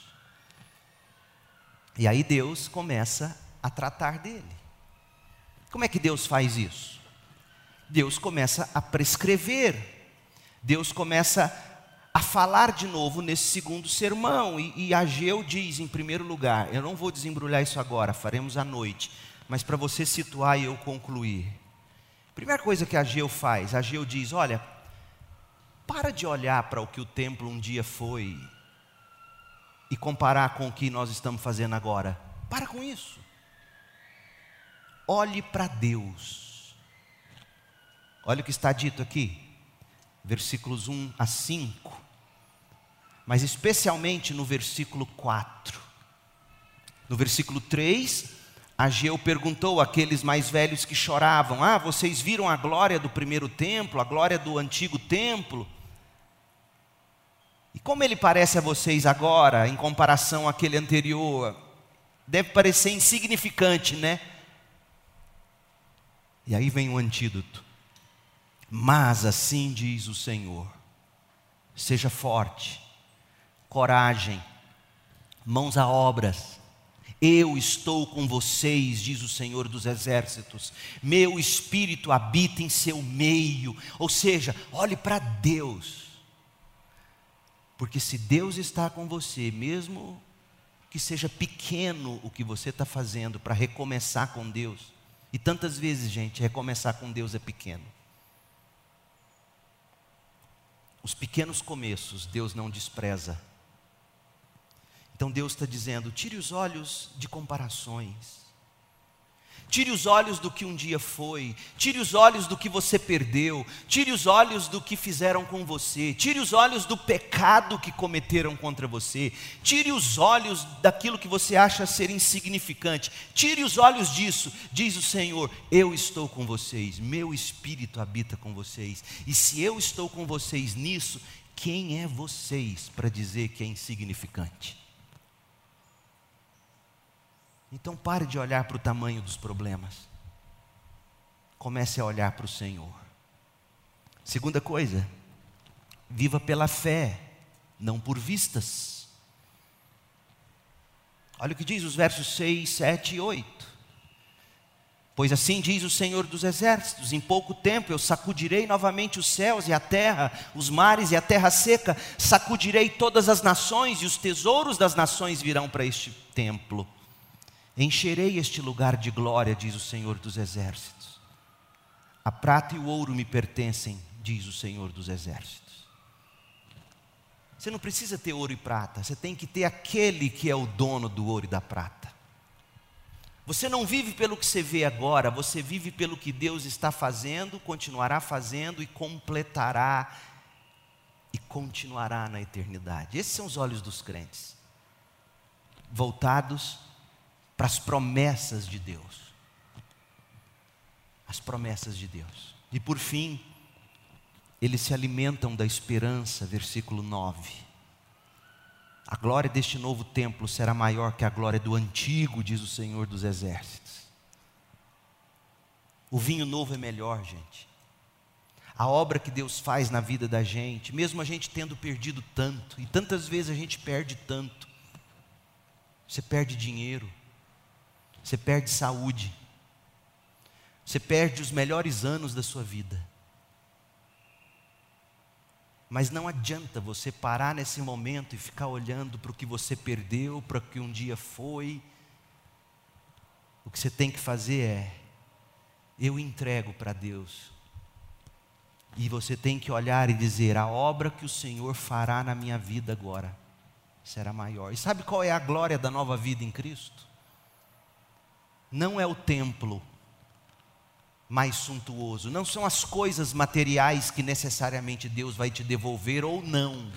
E aí Deus começa a tratar dele. Como é que Deus faz isso? Deus começa a prescrever. Deus começa a falar de novo nesse segundo sermão. E, e Ageu diz, em primeiro lugar, eu não vou desembrulhar isso agora, faremos à noite, mas para você situar e eu concluir. Primeira coisa que Ageu faz, Ageu diz: olha, para de olhar para o que o templo um dia foi e comparar com o que nós estamos fazendo agora. Para com isso. Olhe para Deus. Olha o que está dito aqui, versículos um a cinco, mas especialmente no versículo quatro. No versículo três, Ageu perguntou àqueles mais velhos que choravam: ah, vocês viram a glória do primeiro templo, a glória do antigo templo? E como ele parece a vocês agora, em comparação àquele anterior? Deve parecer insignificante, né? E aí vem o antídoto. Mas assim diz o Senhor: seja forte, coragem, mãos a obras. Eu estou com vocês, diz o Senhor dos Exércitos. Meu Espírito habita em seu meio. Ou seja, olhe para Deus. Porque se Deus está com você, mesmo que seja pequeno o que você está fazendo para recomeçar com Deus. E tantas vezes, gente, recomeçar com Deus é pequeno. Os pequenos começos, Deus não despreza. Então Deus está dizendo: tire os olhos de comparações. Tire os olhos do que um dia foi. Tire os olhos do que você perdeu. Tire os olhos do que fizeram com você. Tire os olhos do pecado que cometeram contra você. Tire os olhos daquilo que você acha ser insignificante. Tire os olhos disso. Diz o Senhor: eu estou com vocês. Meu Espírito habita com vocês. E se eu estou com vocês nisso, quem é vocês para dizer que é insignificante? Então pare de olhar para o tamanho dos problemas. Comece a olhar para o Senhor. Segunda coisa, viva pela fé, não por vistas. Olha o que diz os versos seis, sete e oito. Pois assim diz o Senhor dos Exércitos: em pouco tempo eu sacudirei novamente os céus e a terra, os mares e a terra seca. Sacudirei todas as nações, e os tesouros das nações virão para este templo. Encherei este lugar de glória, diz o Senhor dos Exércitos. A prata e o ouro me pertencem, diz o Senhor dos Exércitos. Você não precisa ter ouro e prata, você tem que ter aquele que é o dono do ouro e da prata. Você não vive pelo que você vê agora, você vive pelo que Deus está fazendo, continuará fazendo e completará e continuará na eternidade. Esses são os olhos dos crentes, voltados para as promessas de Deus. As promessas de Deus. E por fim, eles se alimentam da esperança, versículo nove. A glória deste novo templo será maior que a glória do antigo, diz o Senhor dos Exércitos. O vinho novo é melhor, gente. A obra que Deus faz na vida da gente, mesmo a gente tendo perdido tanto, e tantas vezes a gente perde tanto. Você perde dinheiro, você perde saúde, você perde os melhores anos da sua vida. Mas não adianta você parar nesse momento e ficar olhando para o que você perdeu, para o que um dia foi. O que você tem que fazer é: eu entrego para Deus. E você tem que olhar e dizer: a obra que o Senhor fará na minha vida agora será maior. E sabe qual é a glória da nova vida em Cristo? Não é o templo mais suntuoso, não são as coisas materiais que necessariamente Deus vai te devolver ou não.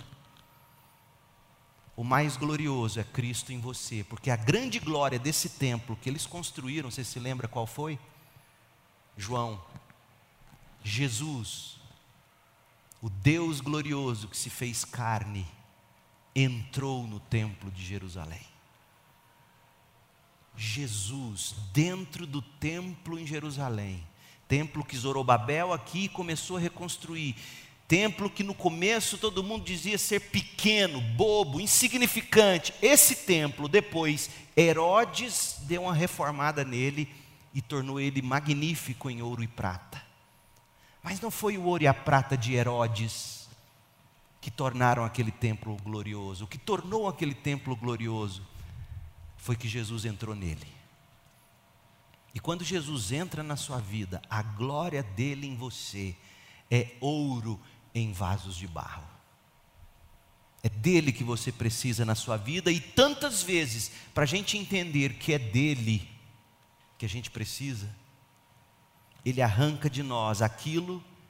O mais glorioso é Cristo em você, porque a grande glória desse templo que eles construíram, você se lembra qual foi? João, Jesus, o Deus glorioso que se fez carne, entrou no templo de Jerusalém. Jesus, dentro do templo em Jerusalém, templo que Zorobabel aqui começou a reconstruir, templo que no começo todo mundo dizia ser pequeno, bobo, insignificante. Esse templo, depois, Herodes deu uma reformada nele e tornou ele magnífico em ouro e prata. Mas não foi o ouro e a prata de Herodes que tornaram aquele templo glorioso. O que tornou aquele templo glorioso foi que Jesus entrou nele. E quando Jesus entra na sua vida, a glória dele em você é ouro em vasos de barro. É dele que você precisa na sua vida. E tantas vezes, para a gente entender que é dele que a gente precisa, ele arranca de nós aquilo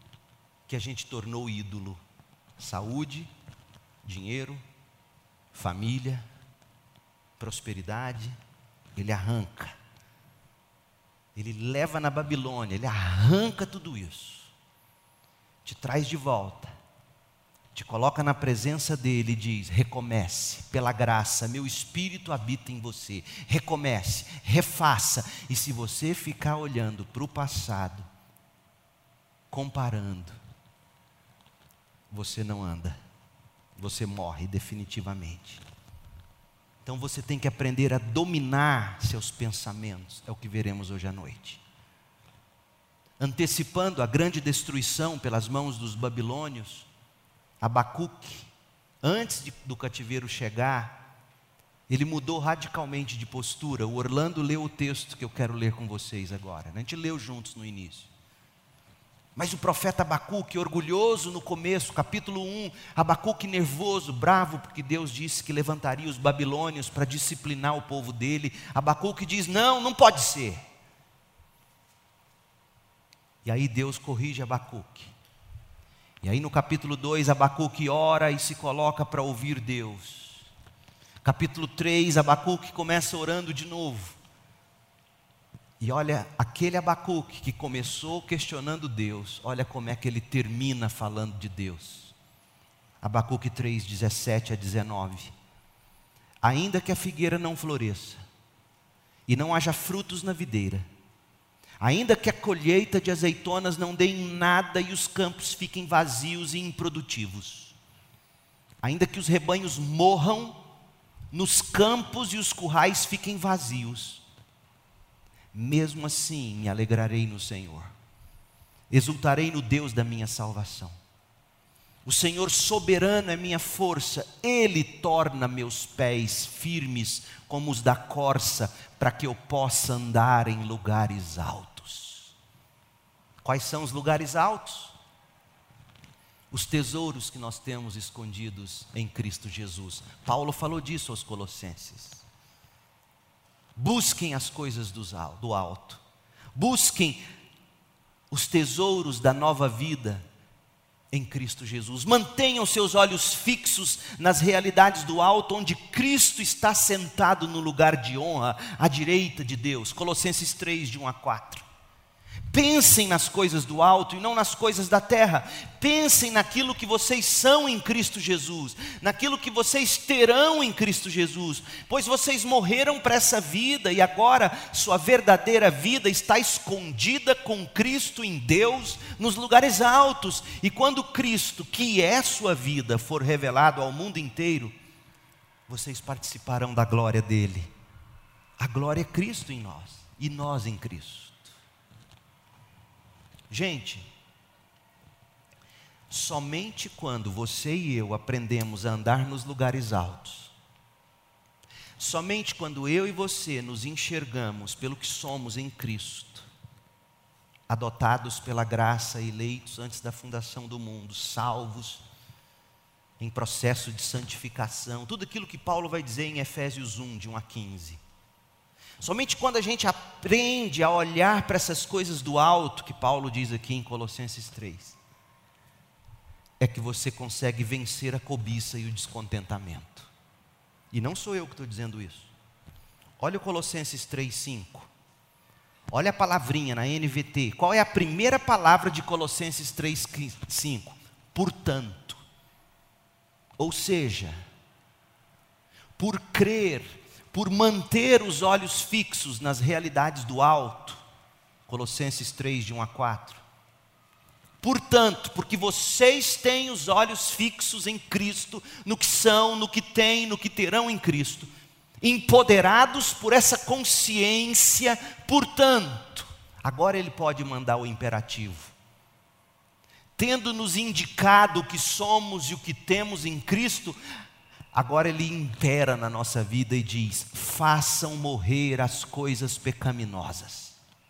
que a gente tornou ídolo: saúde, dinheiro, família, prosperidade. Ele arranca, ele leva na Babilônia, ele arranca tudo isso, te traz de volta, te coloca na presença dele e diz: recomece, pela graça, meu Espírito habita em você, recomece, refaça. E se você ficar olhando para o passado, comparando, você não anda, você morre definitivamente. Então você tem que aprender a dominar seus pensamentos, é o que veremos hoje à noite. Antecipando a grande destruição pelas mãos dos babilônios, Abacuque, antes de, do cativeiro chegar, ele mudou radicalmente de postura. O Orlando leu o texto que eu quero ler com vocês agora, a gente leu juntos no início. Mas o profeta Abacuque, orgulhoso no começo, capítulo um, Abacuque nervoso, bravo, porque Deus disse que levantaria os babilônios para disciplinar o povo dele. Abacuque diz: não, não pode ser. E aí Deus corrige Abacuque. E aí no capítulo dois, Abacuque ora e se coloca para ouvir Deus. Capítulo três, Abacuque começa orando de novo. E olha, aquele Abacuque que começou questionando Deus, olha como é que ele termina falando de Deus. Abacuque três, dezessete a dezenove. Ainda que a figueira não floresça, e não haja frutos na videira, ainda que a colheita de azeitonas não dê em nada e os campos fiquem vazios e improdutivos, ainda que os rebanhos morram nos campos e os currais fiquem vazios, mesmo assim me alegrarei no Senhor, exultarei no Deus da minha salvação. O Senhor soberano é minha força, Ele torna meus pés firmes como os da corça, para que eu possa andar em lugares altos. Quais são os lugares altos? Os tesouros que nós temos escondidos em Cristo Jesus. Paulo falou disso aos Colossenses. Busquem as coisas do alto, busquem os tesouros da nova vida em Cristo Jesus. Mantenham seus olhos fixos nas realidades do alto, onde Cristo está sentado no lugar de honra, à direita de Deus. Colossenses três, de um a quatro. Pensem nas coisas do alto e não nas coisas da terra. Pensem naquilo que vocês são em Cristo Jesus, naquilo que vocês terão em Cristo Jesus, pois vocês morreram para essa vida e agora sua verdadeira vida está escondida com Cristo em Deus nos lugares altos. E quando Cristo, que é sua vida, for revelado ao mundo inteiro, vocês participarão da glória dele. A glória é Cristo em nós e nós em Cristo. Gente, somente quando você e eu aprendemos a andar nos lugares altos, somente quando eu e você nos enxergamos pelo que somos em Cristo, adotados pela graça, eleitos antes da fundação do mundo, salvos, em processo de santificação, tudo aquilo que Paulo vai dizer em Efésios um, de um a quinze. Somente quando a gente aprende a olhar para essas coisas do alto, que Paulo diz aqui em Colossenses três, é que você consegue vencer a cobiça e o descontentamento. E não sou eu que estou dizendo isso. Olha o Colossenses três, cinco. Olha a palavrinha na N V T. Qual é a primeira palavra de Colossenses três, cinco? Portanto. Ou seja, por crer, por manter os olhos fixos nas realidades do alto. Colossenses três, de um a quatro. Portanto, porque vocês têm os olhos fixos em Cristo, no que são, no que têm, no que terão em Cristo, empoderados por essa consciência, portanto, agora ele pode mandar o imperativo. Tendo nos indicado o que somos e o que temos em Cristo, agora ele impera na nossa vida e diz: façam morrer as coisas pecaminosas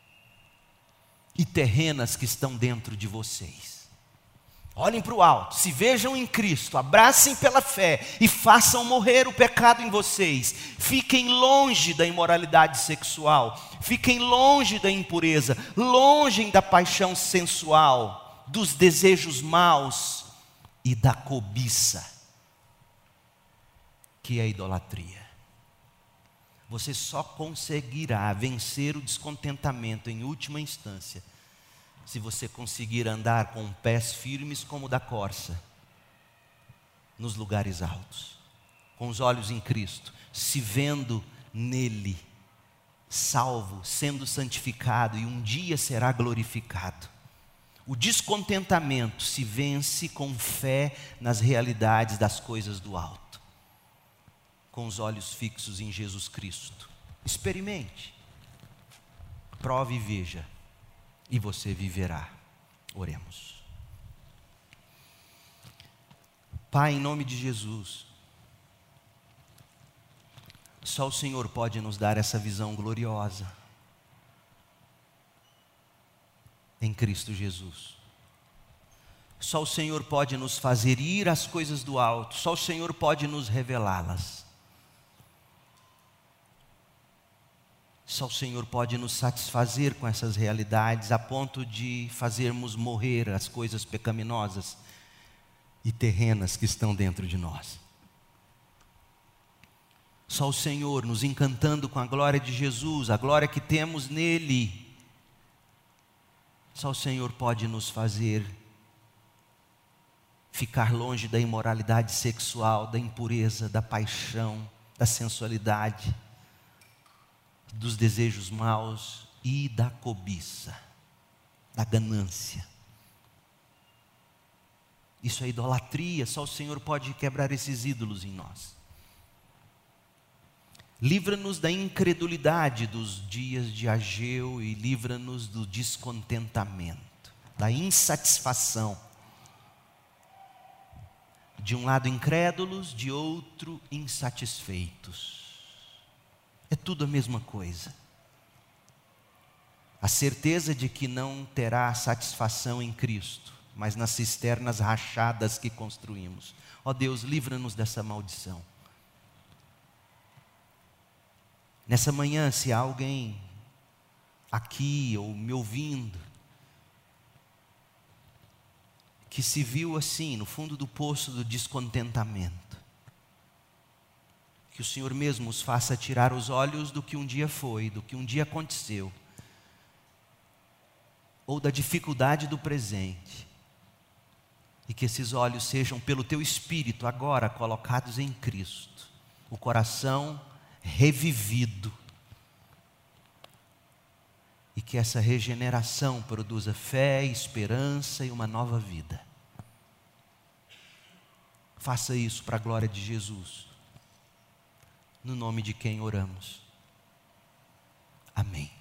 e terrenas que estão dentro de vocês. Olhem para o alto, se vejam em Cristo, abracem pela fé e façam morrer o pecado em vocês. Fiquem longe da imoralidade sexual, fiquem longe da impureza, longe da paixão sensual. dos desejos maus e da cobiça, que é a idolatria. Você só conseguirá vencer o descontentamento em última instância se você conseguir andar com pés firmes como o da corça, nos lugares altos, com os olhos em Cristo, se vendo nele, salvo, sendo santificado e um dia será glorificado. O descontentamento se vence com fé nas realidades das coisas do alto, com os olhos fixos em Jesus Cristo. Experimente, prove e veja, e você viverá. Oremos. Pai, em nome de Jesus, só o Senhor pode nos dar essa visão gloriosa em Cristo Jesus. Só o Senhor pode nos fazer ir às coisas do alto, só o Senhor pode nos revelá-las. Só o Senhor pode nos satisfazer com essas realidades a ponto de fazermos morrer as coisas pecaminosas e terrenas que estão dentro de nós. Só o Senhor nos encantando com a glória de Jesus, a glória que temos nele. Só o Senhor pode nos fazer ficar longe da imoralidade sexual, da impureza, da paixão, da sensualidade, dos desejos maus e da cobiça, da ganância. Isso é idolatria, só o Senhor pode quebrar esses ídolos em nós. Livra-nos da incredulidade dos dias de Ageu e livra-nos do descontentamento, da insatisfação. De um lado incrédulos, de outro insatisfeitos. É tudo a mesma coisa. A certeza de que não terá satisfação em Cristo, mas nas cisternas rachadas que construímos. Ó Deus, livra-nos dessa maldição. Nessa manhã, se há alguém aqui ou me ouvindo, que se viu assim, no fundo do poço do descontentamento, que o Senhor mesmo os faça tirar os olhos do que um dia foi, do que um dia aconteceu, ou da dificuldade do presente, e que esses olhos sejam pelo Teu Espírito agora colocados em Cristo, o coração revivido, e que essa regeneração produza fé, esperança e uma nova vida. Faça isso para a glória de Jesus, no nome de quem oramos. Amém.